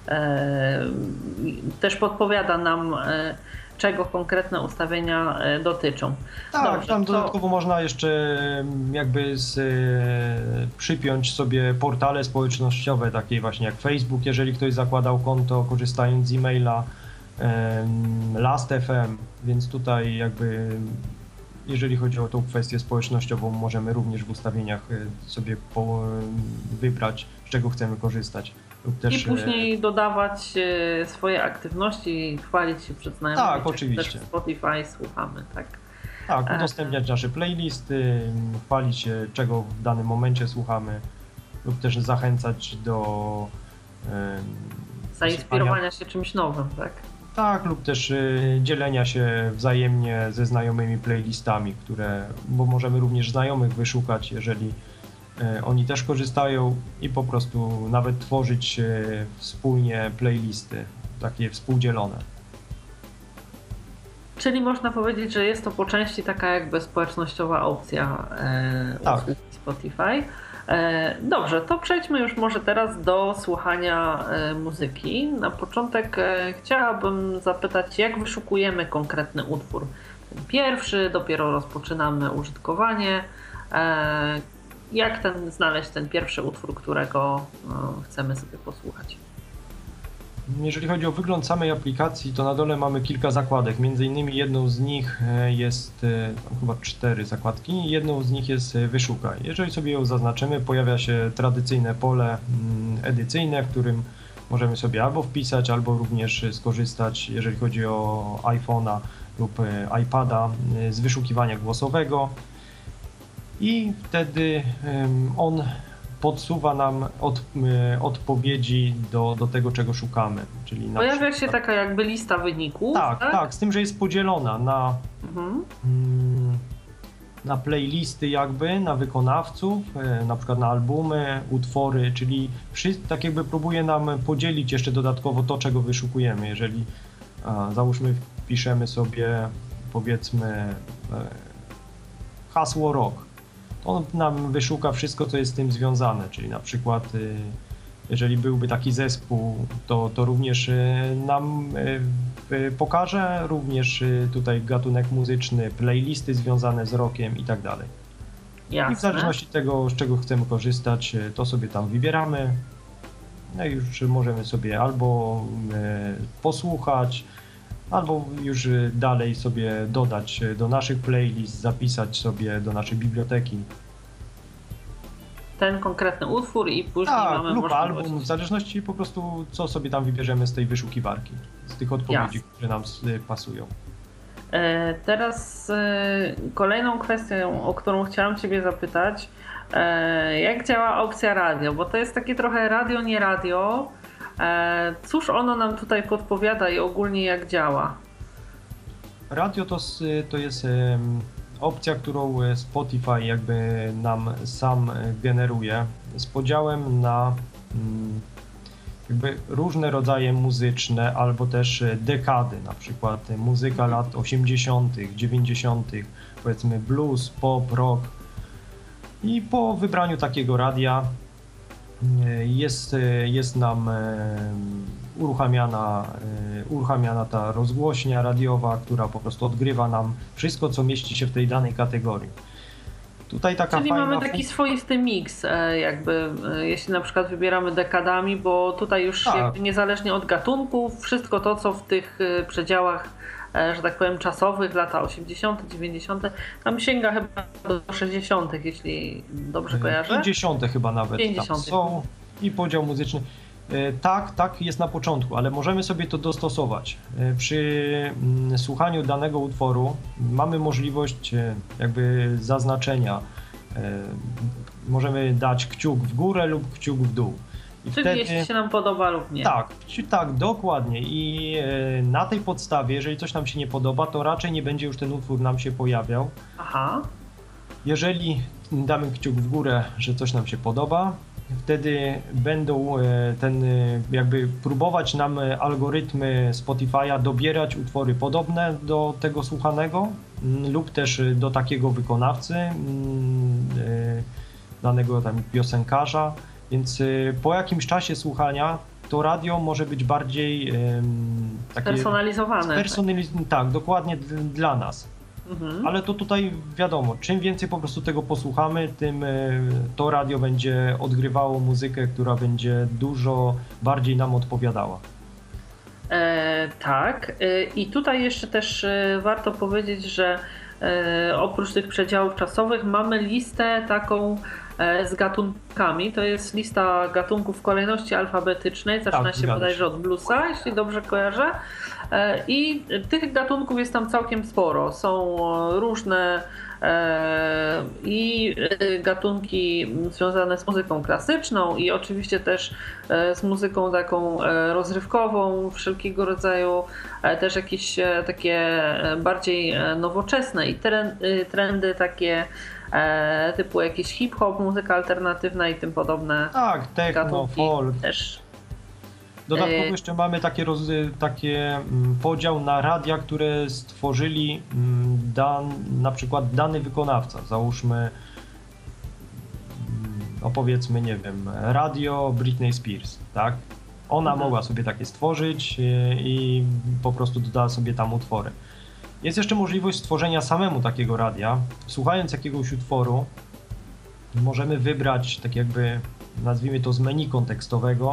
też podpowiada nam, czego konkretne ustawienia dotyczą. Tak, dobrze, tam dodatkowo można jeszcze jakby przypiąć sobie portale społecznościowe, takie właśnie jak Facebook, jeżeli ktoś zakładał konto korzystając z e-maila, Last.fm, więc tutaj jakby jeżeli chodzi o tą kwestię społecznościową, możemy również w ustawieniach sobie wybrać, z czego chcemy korzystać. Lub też, i później dodawać swoje aktywności, chwalić się przed znajomymi. Tak, oczywiście. Też Spotify słuchamy, tak. Tak, udostępniać nasze playlisty, chwalić się, czego w danym momencie słuchamy, lub też zachęcać do zainspirowania się czymś nowym, tak? Tak, lub też dzielenia się wzajemnie ze znajomymi playlistami, bo możemy również znajomych wyszukać, jeżeli oni też korzystają, i po prostu nawet tworzyć wspólnie playlisty, takie współdzielone. Czyli można powiedzieć, że jest to po części taka jakby społecznościowa opcja usługi Spotify. Dobrze, to przejdźmy już może teraz do słuchania muzyki. Na początek chciałabym zapytać, jak wyszukujemy konkretny utwór? Ten pierwszy, dopiero rozpoczynamy użytkowanie. Jak znaleźć ten pierwszy utwór, którego chcemy sobie posłuchać? Jeżeli chodzi o wygląd samej aplikacji, to na dole mamy kilka zakładek. Między innymi jedną z nich jest, chyba 4 zakładki, jedną z nich jest wyszukaj. Jeżeli sobie ją zaznaczymy, pojawia się tradycyjne pole edycyjne, w którym możemy sobie albo wpisać, albo również skorzystać, jeżeli chodzi o iPhone'a lub iPada, z wyszukiwania głosowego, i wtedy on podsuwa nam odpowiedzi do tego, czego szukamy. Czyli pojawia się taka jakby lista wyników. Tak, z tym, że jest podzielona na playlisty jakby, na wykonawców, na przykład na albumy, utwory, czyli tak jakby próbuje nam podzielić jeszcze dodatkowo to, czego wyszukujemy. Jeżeli załóżmy wpiszemy sobie, powiedzmy, hasło rock, on nam wyszuka wszystko, co jest z tym związane, czyli na przykład jeżeli byłby taki zespół, to również nam pokaże, również tutaj gatunek muzyczny, playlisty związane z rockiem i tak dalej. Jasne. I w zależności od tego, z czego chcemy korzystać, to sobie tam wybieramy. No i już możemy sobie albo posłuchać, albo już dalej sobie dodać do naszych playlist, zapisać sobie do naszej biblioteki. ten konkretny utwór i później mamy lub możliwość. album, w zależności po prostu co sobie tam wybierzemy z tej wyszukiwarki, z tych odpowiedzi, które nam pasują. Teraz kolejną kwestią, o którą chciałam Ciebie zapytać, jak działa opcja radio, bo to jest takie trochę radio, nie radio. Cóż ono nam tutaj podpowiada i ogólnie jak działa? Radio to jest opcja, którą Spotify jakby nam sam generuje z podziałem na jakby różne rodzaje muzyczne albo też dekady, na przykład muzyka lat 80., 90., powiedzmy blues, pop, rock. I po wybraniu takiego radia jest nam uruchamiana ta rozgłośnia radiowa, która po prostu odgrywa nam wszystko, co mieści się w tej danej kategorii. Tutaj taka Czyli fajna mamy taki swoisty miks, jakby jeśli na przykład wybieramy dekadami, bo tutaj już jakby niezależnie od gatunków, wszystko to, co w tych przedziałach, że tak powiem, czasowych, lata 80., 90., tam sięga chyba do 60., jeśli dobrze kojarzę. 50. chyba nawet 50. tam są i podział muzyczny. Tak jest na początku, ale możemy sobie to dostosować. Przy słuchaniu danego utworu mamy możliwość jakby zaznaczenia. Możemy dać kciuk w górę lub kciuk w dół. I czyli wtedy, jeśli się nam podoba lub nie. Tak, dokładnie. I na tej podstawie, jeżeli coś nam się nie podoba, to raczej nie będzie już ten utwór nam się pojawiał. Aha. Jeżeli damy kciuk w górę, że coś nam się podoba, wtedy będą jakby próbować nam algorytmy Spotify'a dobierać utwory podobne do tego słuchanego lub też do takiego wykonawcy, danego tam piosenkarza, więc po jakimś czasie słuchania to radio może być bardziej takie personalizowane. Tak, dokładnie dla nas. Ale to tutaj wiadomo, czym więcej po prostu tego posłuchamy, tym to radio będzie odgrywało muzykę, która będzie dużo bardziej nam odpowiadała. Tak. I tutaj jeszcze też warto powiedzieć, że oprócz tych przedziałów czasowych mamy listę taką z gatunkami. To jest lista gatunków w kolejności alfabetycznej. Zaczyna się bodajże od bluesa, jeśli dobrze kojarzę. I tych gatunków jest tam całkiem sporo. Są różne i gatunki związane z muzyką klasyczną i oczywiście też z muzyką taką rozrywkową, wszelkiego rodzaju, też jakieś takie bardziej nowoczesne i trendy takie typu jakiś hip-hop, muzyka alternatywna i tym podobne. Tak, techno, folk. Też. Dodatkowo jeszcze mamy takie podział na radia, które stworzyli na przykład dany wykonawca. Załóżmy, powiedzmy, nie wiem, radio Britney Spears, tak? Ona mogła sobie takie stworzyć i po prostu dodała sobie tam utwory. Jest jeszcze możliwość stworzenia samemu takiego radia. Słuchając jakiegoś utworu możemy wybrać, tak jakby nazwijmy to z menu kontekstowego,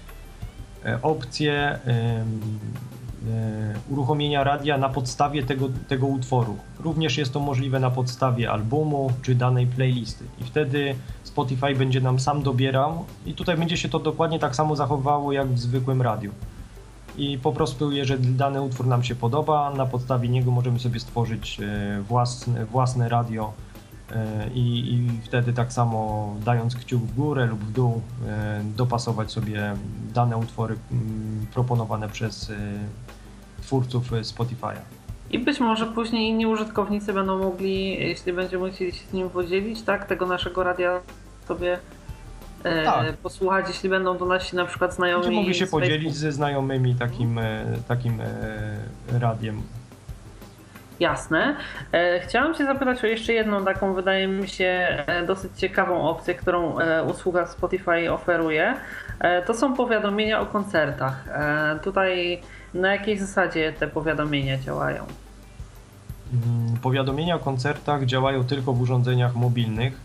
opcję uruchomienia radia na podstawie tego utworu. Również jest to możliwe na podstawie albumu czy danej playlisty i wtedy Spotify będzie nam sam dobierał i tutaj będzie się to dokładnie tak samo zachowało jak w zwykłym radiu. I po prostu jeżeli dany utwór nam się podoba, na podstawie niego możemy sobie stworzyć własne radio i wtedy tak samo dając kciuk w górę lub w dół dopasować sobie dane utwory proponowane przez twórców Spotify'a. I być może później inni użytkownicy będą mogli, jeśli będziemy chcieli się z nim podzielić, tak, tego naszego radia sobie posłuchać, jeśli będą to nasi na przykład znajomi. Będziemy mogli się podzielić ze znajomymi takim radiem. Jasne. Chciałam Cię zapytać o jeszcze jedną taką, wydaje mi się, dosyć ciekawą opcję, którą usługa Spotify oferuje. To są powiadomienia o koncertach. Tutaj na jakiej zasadzie te powiadomienia działają? Powiadomienia o koncertach działają tylko w urządzeniach mobilnych.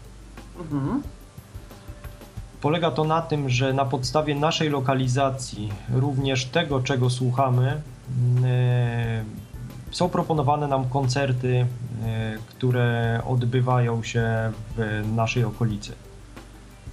Polega to na tym, że na podstawie naszej lokalizacji, również tego, czego słuchamy, są proponowane nam koncerty, które odbywają się w naszej okolicy.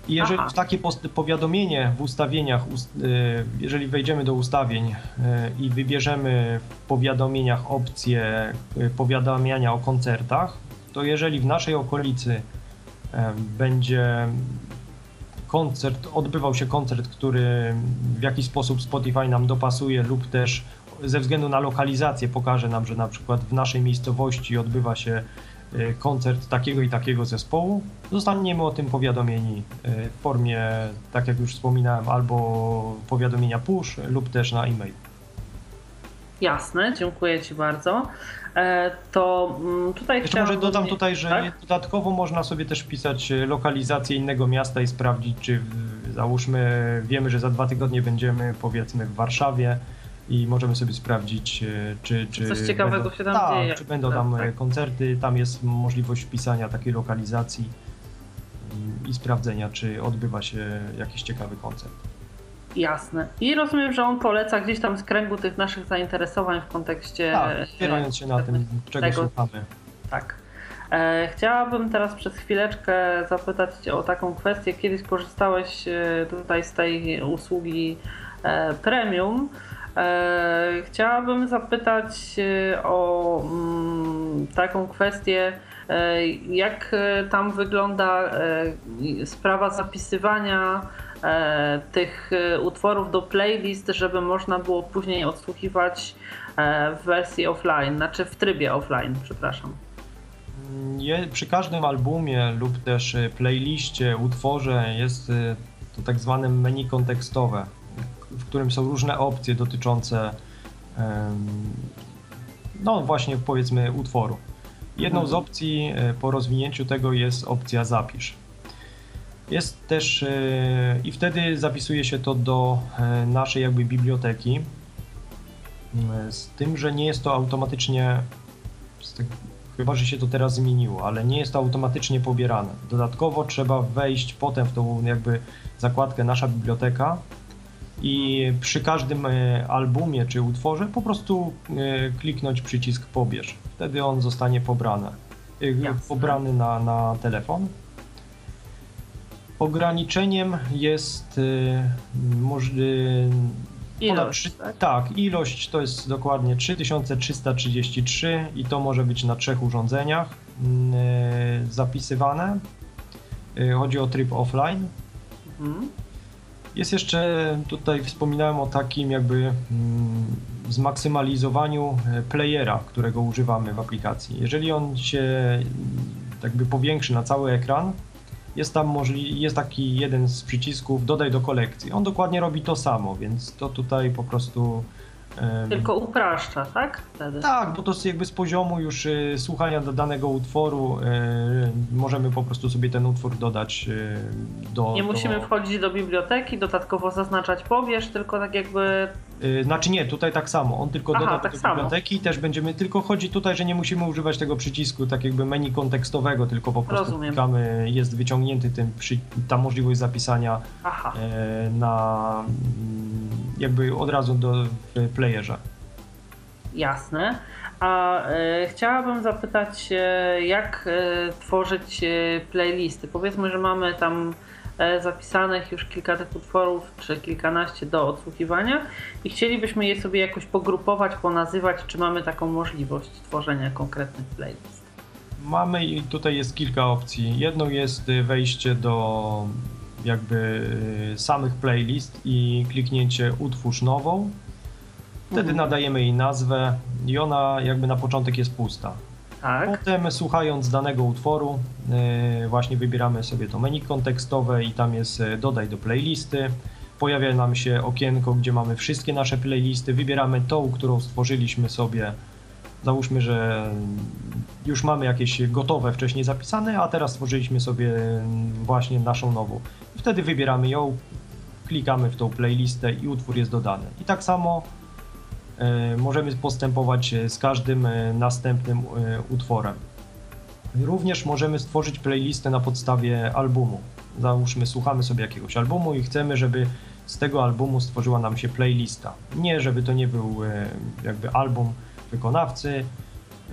I jeżeli w takie powiadomienie w ustawieniach, jeżeli wejdziemy do ustawień i wybierzemy w powiadomieniach opcję powiadamiania o koncertach, to jeżeli w naszej okolicy będzie odbywał się koncert, który w jakiś sposób Spotify nam dopasuje lub też ze względu na lokalizację pokaże nam, że na przykład w naszej miejscowości odbywa się koncert takiego i takiego zespołu, zostaniemy o tym powiadomieni w formie, tak jak już wspominałem, albo powiadomienia push lub też na e-mail. Jasne, dziękuję Ci bardzo. To tutaj jeszcze może dodam tutaj, że tak? Dodatkowo można sobie też wpisać lokalizację innego miasta i sprawdzić, czy załóżmy wiemy, że za 2 tygodnie będziemy powiedzmy w Warszawie i możemy sobie sprawdzić, czy coś ciekawego się tam dzieje. Czy będą tam koncerty, tam jest możliwość wpisania takiej lokalizacji i sprawdzenia, czy odbywa się jakiś ciekawy koncert. Jasne. I rozumiem, że on poleca gdzieś tam z kręgu tych naszych zainteresowań w kontekście... Tak, opierając się na tym, czego słuchamy. Tak. Chciałabym teraz przez chwileczkę zapytać Cię o taką kwestię. Kiedyś korzystałeś tutaj z tej usługi premium. Chciałabym zapytać o taką kwestię, jak tam wygląda sprawa zapisywania tych utworów do playlist, żeby można było później odsłuchiwać w wersji offline, znaczy w trybie offline, przepraszam. Przy każdym albumie lub też playliście, utworze jest to tak zwane menu kontekstowe, w którym są różne opcje dotyczące no właśnie powiedzmy utworu. Jedną z opcji po rozwinięciu tego jest opcja zapisz. Jest też i wtedy zapisuje się to do naszej jakby biblioteki, z tym, że nie jest to automatycznie, chyba że się to teraz zmieniło, ale nie jest to automatycznie pobierane. Dodatkowo trzeba wejść potem w tą jakby zakładkę nasza biblioteka i przy każdym albumie czy utworze po prostu kliknąć przycisk pobierz. Wtedy on zostanie pobrany na telefon. Ograniczeniem jest ilość, ilość to jest dokładnie 3333 i to może być na 3 urządzeniach zapisywane. Chodzi o tryb offline. Jest jeszcze, tutaj wspominałem o takim jakby zmaksymalizowaniu playera, którego używamy w aplikacji. Jeżeli on się jakby powiększy na cały ekran, jest taki jeden z przycisków dodaj do kolekcji. On dokładnie robi to samo, więc to tutaj po prostu... Tylko upraszcza, tak? Wtedy. Tak, bo to jakby z poziomu już słuchania do danego utworu możemy po prostu sobie ten utwór dodać Nie musimy wchodzić do biblioteki, dodatkowo zaznaczać pobierz, tylko tak jakby... Znaczy nie, tutaj tak samo. On tylko doda do biblioteki i też będziemy tylko chodzić tutaj, że nie musimy używać tego przycisku tak jakby menu kontekstowego, tylko po prostu klikamy, jest wyciągnięty ta możliwość zapisania na jakby od razu w playerze. Jasne. A chciałabym zapytać, jak tworzyć playlisty? Powiedzmy, że mamy tam zapisanych już kilka tych utworów, czy kilkanaście do odsłuchiwania i chcielibyśmy je sobie jakoś pogrupować, ponazywać, czy mamy taką możliwość tworzenia konkretnych playlist? Mamy i tutaj jest kilka opcji. Jedną jest wejście do jakby samych playlist i kliknięcie utwórz nową. Wtedy nadajemy jej nazwę i ona jakby na początek jest pusta. Tak. Potem słuchając danego utworu właśnie wybieramy sobie to menu kontekstowe i tam jest dodaj do playlisty. Pojawia nam się okienko, gdzie mamy wszystkie nasze playlisty. Wybieramy tą, którą stworzyliśmy sobie. Załóżmy, że już mamy jakieś gotowe wcześniej zapisane, a teraz stworzyliśmy sobie właśnie naszą nową. Wtedy wybieramy ją, klikamy w tą playlistę i utwór jest dodany. I tak samo możemy postępować z każdym następnym utworem. Również możemy stworzyć playlistę na podstawie albumu. Załóżmy, słuchamy sobie jakiegoś albumu i chcemy, żeby z tego albumu stworzyła nam się playlista. Nie, żeby to nie był jakby album wykonawcy,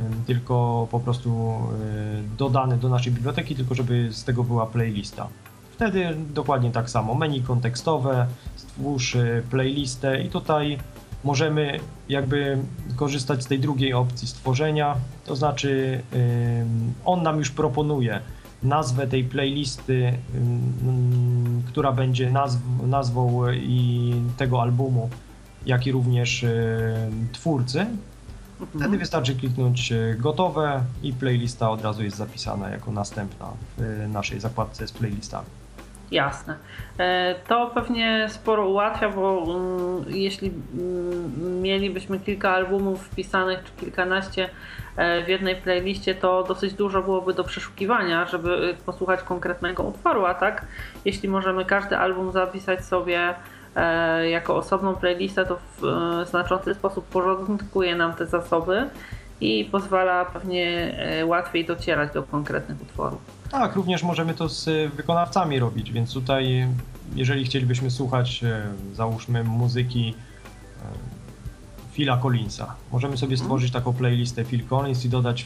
tylko po prostu dodany do naszej biblioteki, tylko żeby z tego była playlista. Wtedy dokładnie tak samo, menu kontekstowe, stwórz playlistę i tutaj możemy jakby korzystać z tej drugiej opcji stworzenia, to znaczy on nam już proponuje nazwę tej playlisty, która będzie nazwą i tego albumu, jak i również twórcy. Wtedy wystarczy kliknąć gotowe i playlista od razu jest zapisana jako następna w naszej zakładce z playlistami. Jasne. To pewnie sporo ułatwia, bo jeśli mielibyśmy kilka albumów wpisanych, czy kilkanaście w jednej playliście, to dosyć dużo byłoby do przeszukiwania, żeby posłuchać konkretnego utworu, a tak, jeśli możemy każdy album zapisać sobie jako osobną playlistę, to w znaczący sposób porządkuje nam te zasoby i pozwala pewnie łatwiej docierać do konkretnych utworów. Tak, również możemy to z wykonawcami robić, więc tutaj jeżeli chcielibyśmy słuchać, załóżmy, muzyki Phila Collinsa, możemy sobie stworzyć taką playlistę Phil Collins i dodać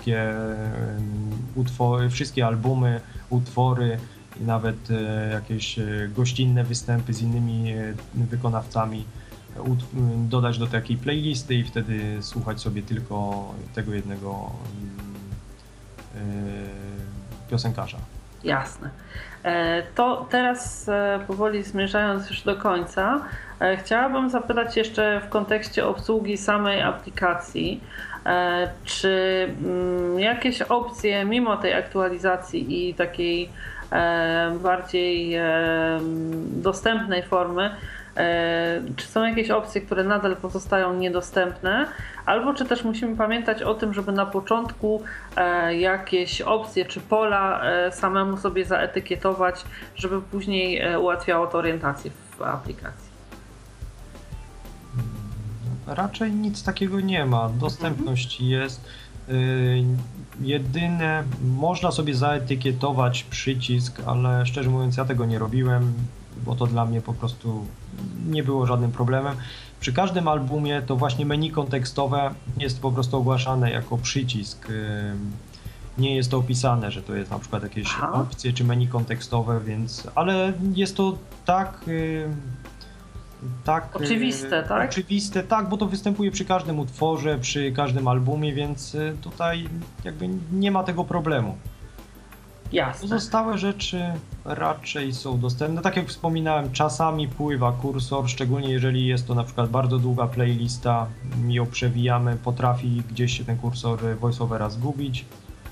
wszystkie albumy, utwory i nawet jakieś gościnne występy z innymi wykonawcami dodać do takiej playlisty i wtedy słuchać sobie tylko tego jednego piosenkarza. Jasne. To teraz powoli zmierzając już do końca, chciałabym zapytać jeszcze w kontekście obsługi samej aplikacji, czy jakieś opcje mimo tej aktualizacji i takiej bardziej dostępnej formy, czy są jakieś opcje, które nadal pozostają niedostępne, albo czy też musimy pamiętać o tym, żeby na początku jakieś opcje czy pola samemu sobie zaetykietować, żeby później ułatwiało to orientację w aplikacji? Raczej nic takiego nie ma. Dostępność jest. Jedyne, można sobie zaetykietować przycisk, ale szczerze mówiąc ja tego nie robiłem, bo to dla mnie po prostu nie było żadnym problemem. Przy każdym albumie to właśnie menu kontekstowe jest po prostu ogłaszane jako przycisk. Nie jest to opisane, że to jest na przykład jakieś opcje czy menu kontekstowe, więc, ale jest to tak oczywiste, tak? Oczywiste, tak, bo to występuje przy każdym utworze, przy każdym albumie, więc tutaj jakby nie ma tego problemu. Jasne. Pozostałe rzeczy raczej są dostępne. Tak jak wspominałem, czasami pływa kursor, szczególnie jeżeli jest to na przykład bardzo długa playlista, ją przewijamy, potrafi gdzieś się ten kursor voiceovera zgubić.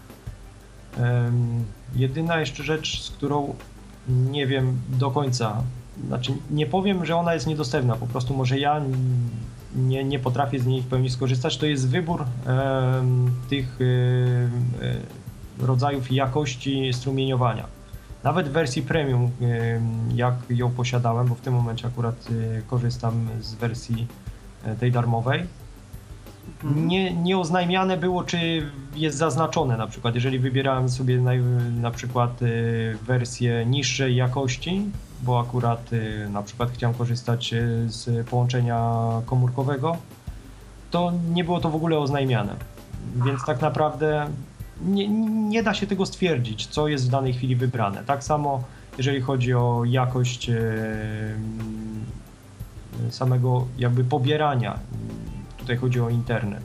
Jedyna jeszcze rzecz, z którą nie wiem do końca, znaczy nie powiem, że ona jest niedostępna, po prostu może ja nie potrafię z niej w pełni skorzystać, to jest wybór tych rodzajów jakości strumieniowania. Nawet w wersji premium, jak ją posiadałem, bo w tym momencie akurat korzystam z wersji tej darmowej, nie oznajmiane było, czy jest zaznaczone na przykład. Jeżeli wybierałem sobie na przykład wersję niższej jakości, bo akurat na przykład chciałem korzystać z połączenia komórkowego, to nie było to w ogóle oznajmiane. Więc tak naprawdę nie da się tego stwierdzić, co jest w danej chwili wybrane. Tak samo jeżeli chodzi o jakość samego jakby pobierania, tutaj chodzi o internet,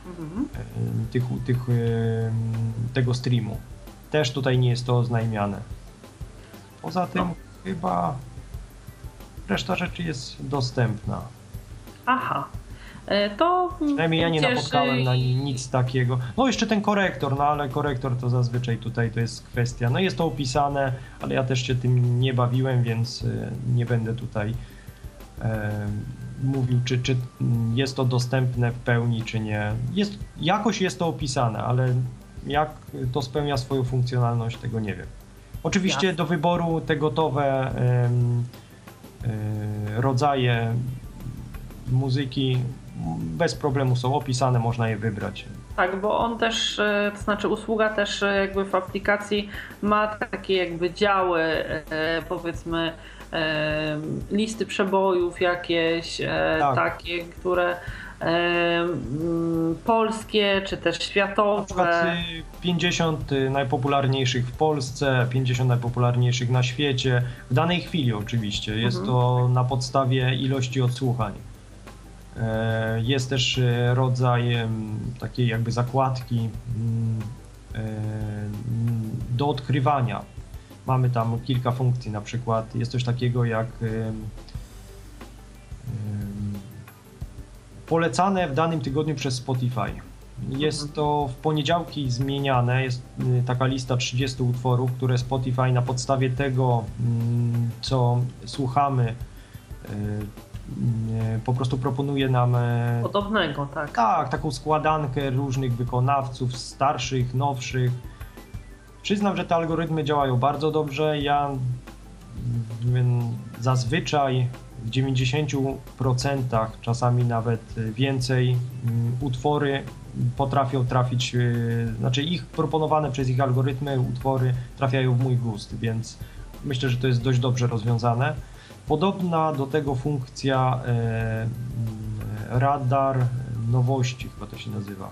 tego streamu. Też tutaj nie jest to oznajmiane. Poza tym chyba reszta rzeczy jest dostępna. Aha. To przynajmniej ja nie napotkałem na nic takiego. No jeszcze ten korektor, no ale korektor to zazwyczaj tutaj to jest kwestia, no jest to opisane, ale ja też się tym nie bawiłem, więc nie będę tutaj mówił, czy jest to dostępne w pełni, czy nie. Jakoś jest to opisane, ale jak to spełnia swoją funkcjonalność, tego nie wiem. Oczywiście do wyboru te gotowe rodzaje muzyki bez problemu są opisane, można je wybrać. Tak, bo on też, to znaczy usługa też jakby w aplikacji ma takie jakby działy, powiedzmy listy przebojów jakieś, takie, które polskie, czy też światowe. Na przykład 50 najpopularniejszych w Polsce, 50 najpopularniejszych na świecie, w danej chwili oczywiście. Jest to na podstawie ilości odsłuchań. Jest też rodzaj takiej jakby zakładki do odkrywania. Mamy tam kilka funkcji, na przykład jest coś takiego jak polecane w danym tygodniu przez Spotify. Jest to w poniedziałki zmieniane, jest taka lista 30 utworów, które Spotify na podstawie tego, co słuchamy, po prostu proponuje nam podobnego, tak. Tak, taką składankę różnych wykonawców, starszych, nowszych. Przyznam, że te algorytmy działają bardzo dobrze. Ja zazwyczaj w 90%, czasami nawet więcej, utwory potrafią trafić, znaczy ich proponowane przez ich algorytmy utwory trafiają w mój gust, więc myślę, że to jest dość dobrze rozwiązane. Podobna do tego funkcja radar nowości, chyba to się nazywa.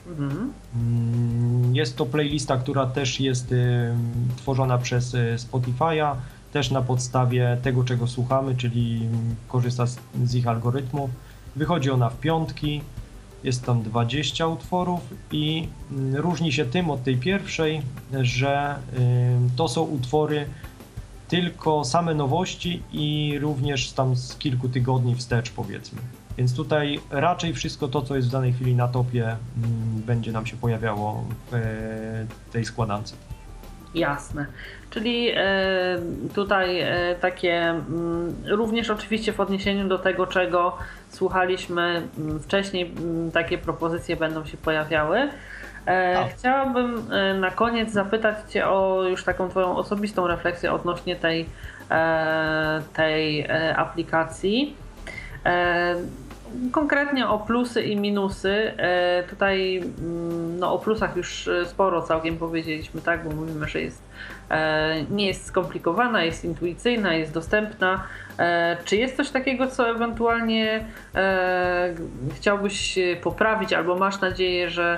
Jest to playlista, która też jest tworzona przez Spotify'a, też na podstawie tego, czego słuchamy, czyli korzysta z ich algorytmu. Wychodzi ona w piątki, jest tam 20 utworów i różni się tym od tej pierwszej, że to są utwory tylko same nowości i również tam z kilku tygodni wstecz, powiedzmy. Więc tutaj raczej wszystko to, co jest w danej chwili na topie, będzie nam się pojawiało w tej składance. Jasne. Czyli tutaj takie również oczywiście w odniesieniu do tego, czego słuchaliśmy wcześniej, takie propozycje będą się pojawiały. Chciałabym na koniec zapytać Cię o już taką Twoją osobistą refleksję odnośnie tej aplikacji. Konkretnie o plusy i minusy. Tutaj no, o plusach już sporo całkiem powiedzieliśmy, tak, bo mówimy, że nie jest skomplikowana, jest intuicyjna, jest dostępna. Czy jest coś takiego, co ewentualnie chciałbyś poprawić, albo masz nadzieję, że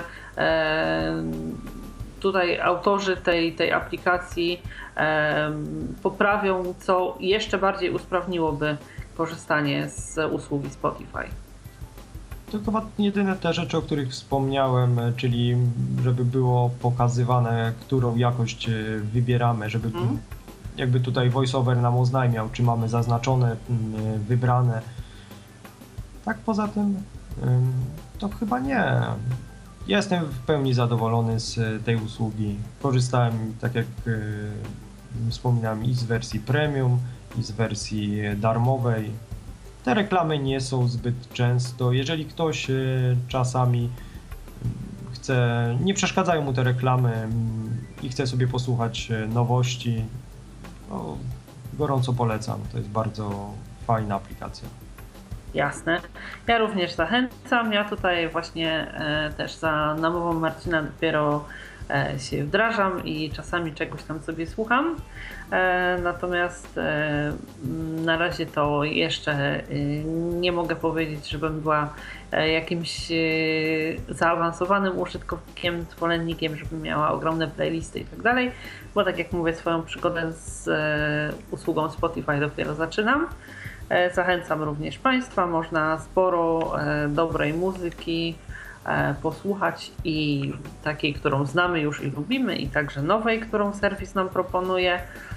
tutaj autorzy tej aplikacji poprawią, co jeszcze bardziej usprawniłoby korzystanie z usługi Spotify? To chyba jedyne te rzeczy, o których wspomniałem, czyli żeby było pokazywane, którą jakość wybieramy, żeby jakby tutaj VoiceOver nam oznajmiał, czy mamy zaznaczone, wybrane. Tak poza tym to chyba nie. Jestem w pełni zadowolony z tej usługi. Korzystałem, tak jak wspominałem, i z wersji premium, i z wersji darmowej. Te reklamy nie są zbyt często. Jeżeli ktoś czasami chce, nie przeszkadzają mu te reklamy i chce sobie posłuchać nowości, to gorąco polecam. To jest bardzo fajna aplikacja. Jasne. Ja również zachęcam. Ja tutaj właśnie też za namową Marcina dopiero się wdrażam i czasami czegoś tam sobie słucham. Natomiast na razie to jeszcze nie mogę powiedzieć, żebym była jakimś zaawansowanym użytkownikiem, zwolennikiem, żebym miała ogromne playlisty i tak dalej, bo tak jak mówię, swoją przygodę z usługą Spotify dopiero zaczynam. Zachęcam również Państwa, można sporo dobrej muzyki posłuchać i takiej, którą znamy już i lubimy, i także nowej, którą serwis nam proponuje.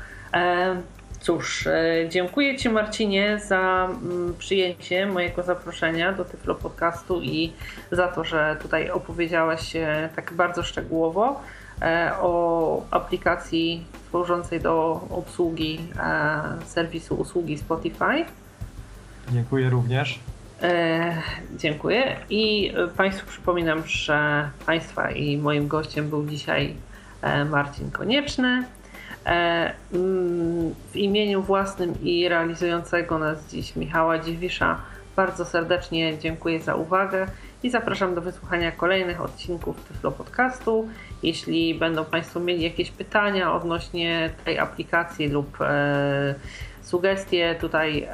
Cóż, dziękuję Ci, Marcinie, za przyjęcie mojego zaproszenia do Tyflo Podcastu i za to, że tutaj opowiedziałeś tak bardzo szczegółowo o aplikacji służącej do obsługi serwisu usługi Spotify. Dziękuję również. Dziękuję i Państwu przypominam, że Państwa i moim gościem był dzisiaj Marcin Konieczny. W imieniu własnym i realizującego nas dziś Michała Dziwisza Bardzo serdecznie dziękuję za uwagę i zapraszam do wysłuchania kolejnych odcinków Tyflo Podcastu. Jeśli będą Państwo mieli jakieś pytania odnośnie tej aplikacji lub sugestie tutaj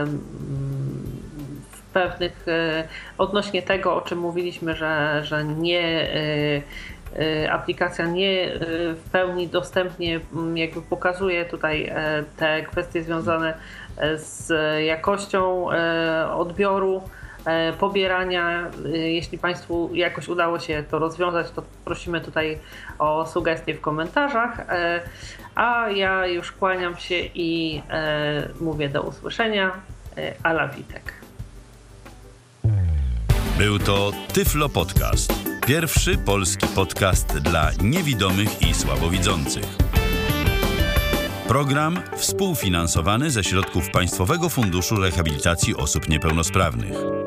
pewnych odnośnie tego, o czym mówiliśmy, że aplikacja nie w pełni dostępnie jakby pokazuje tutaj te kwestie związane z jakością odbioru, pobierania. Jeśli Państwu jakoś udało się to rozwiązać, to prosimy tutaj o sugestie w komentarzach. A ja już kłaniam się i mówię do usłyszenia. Ala Witek. Był to Tyflo Podcast. Pierwszy polski podcast dla niewidomych i słabowidzących. Program współfinansowany ze środków Państwowego Funduszu Rehabilitacji Osób Niepełnosprawnych.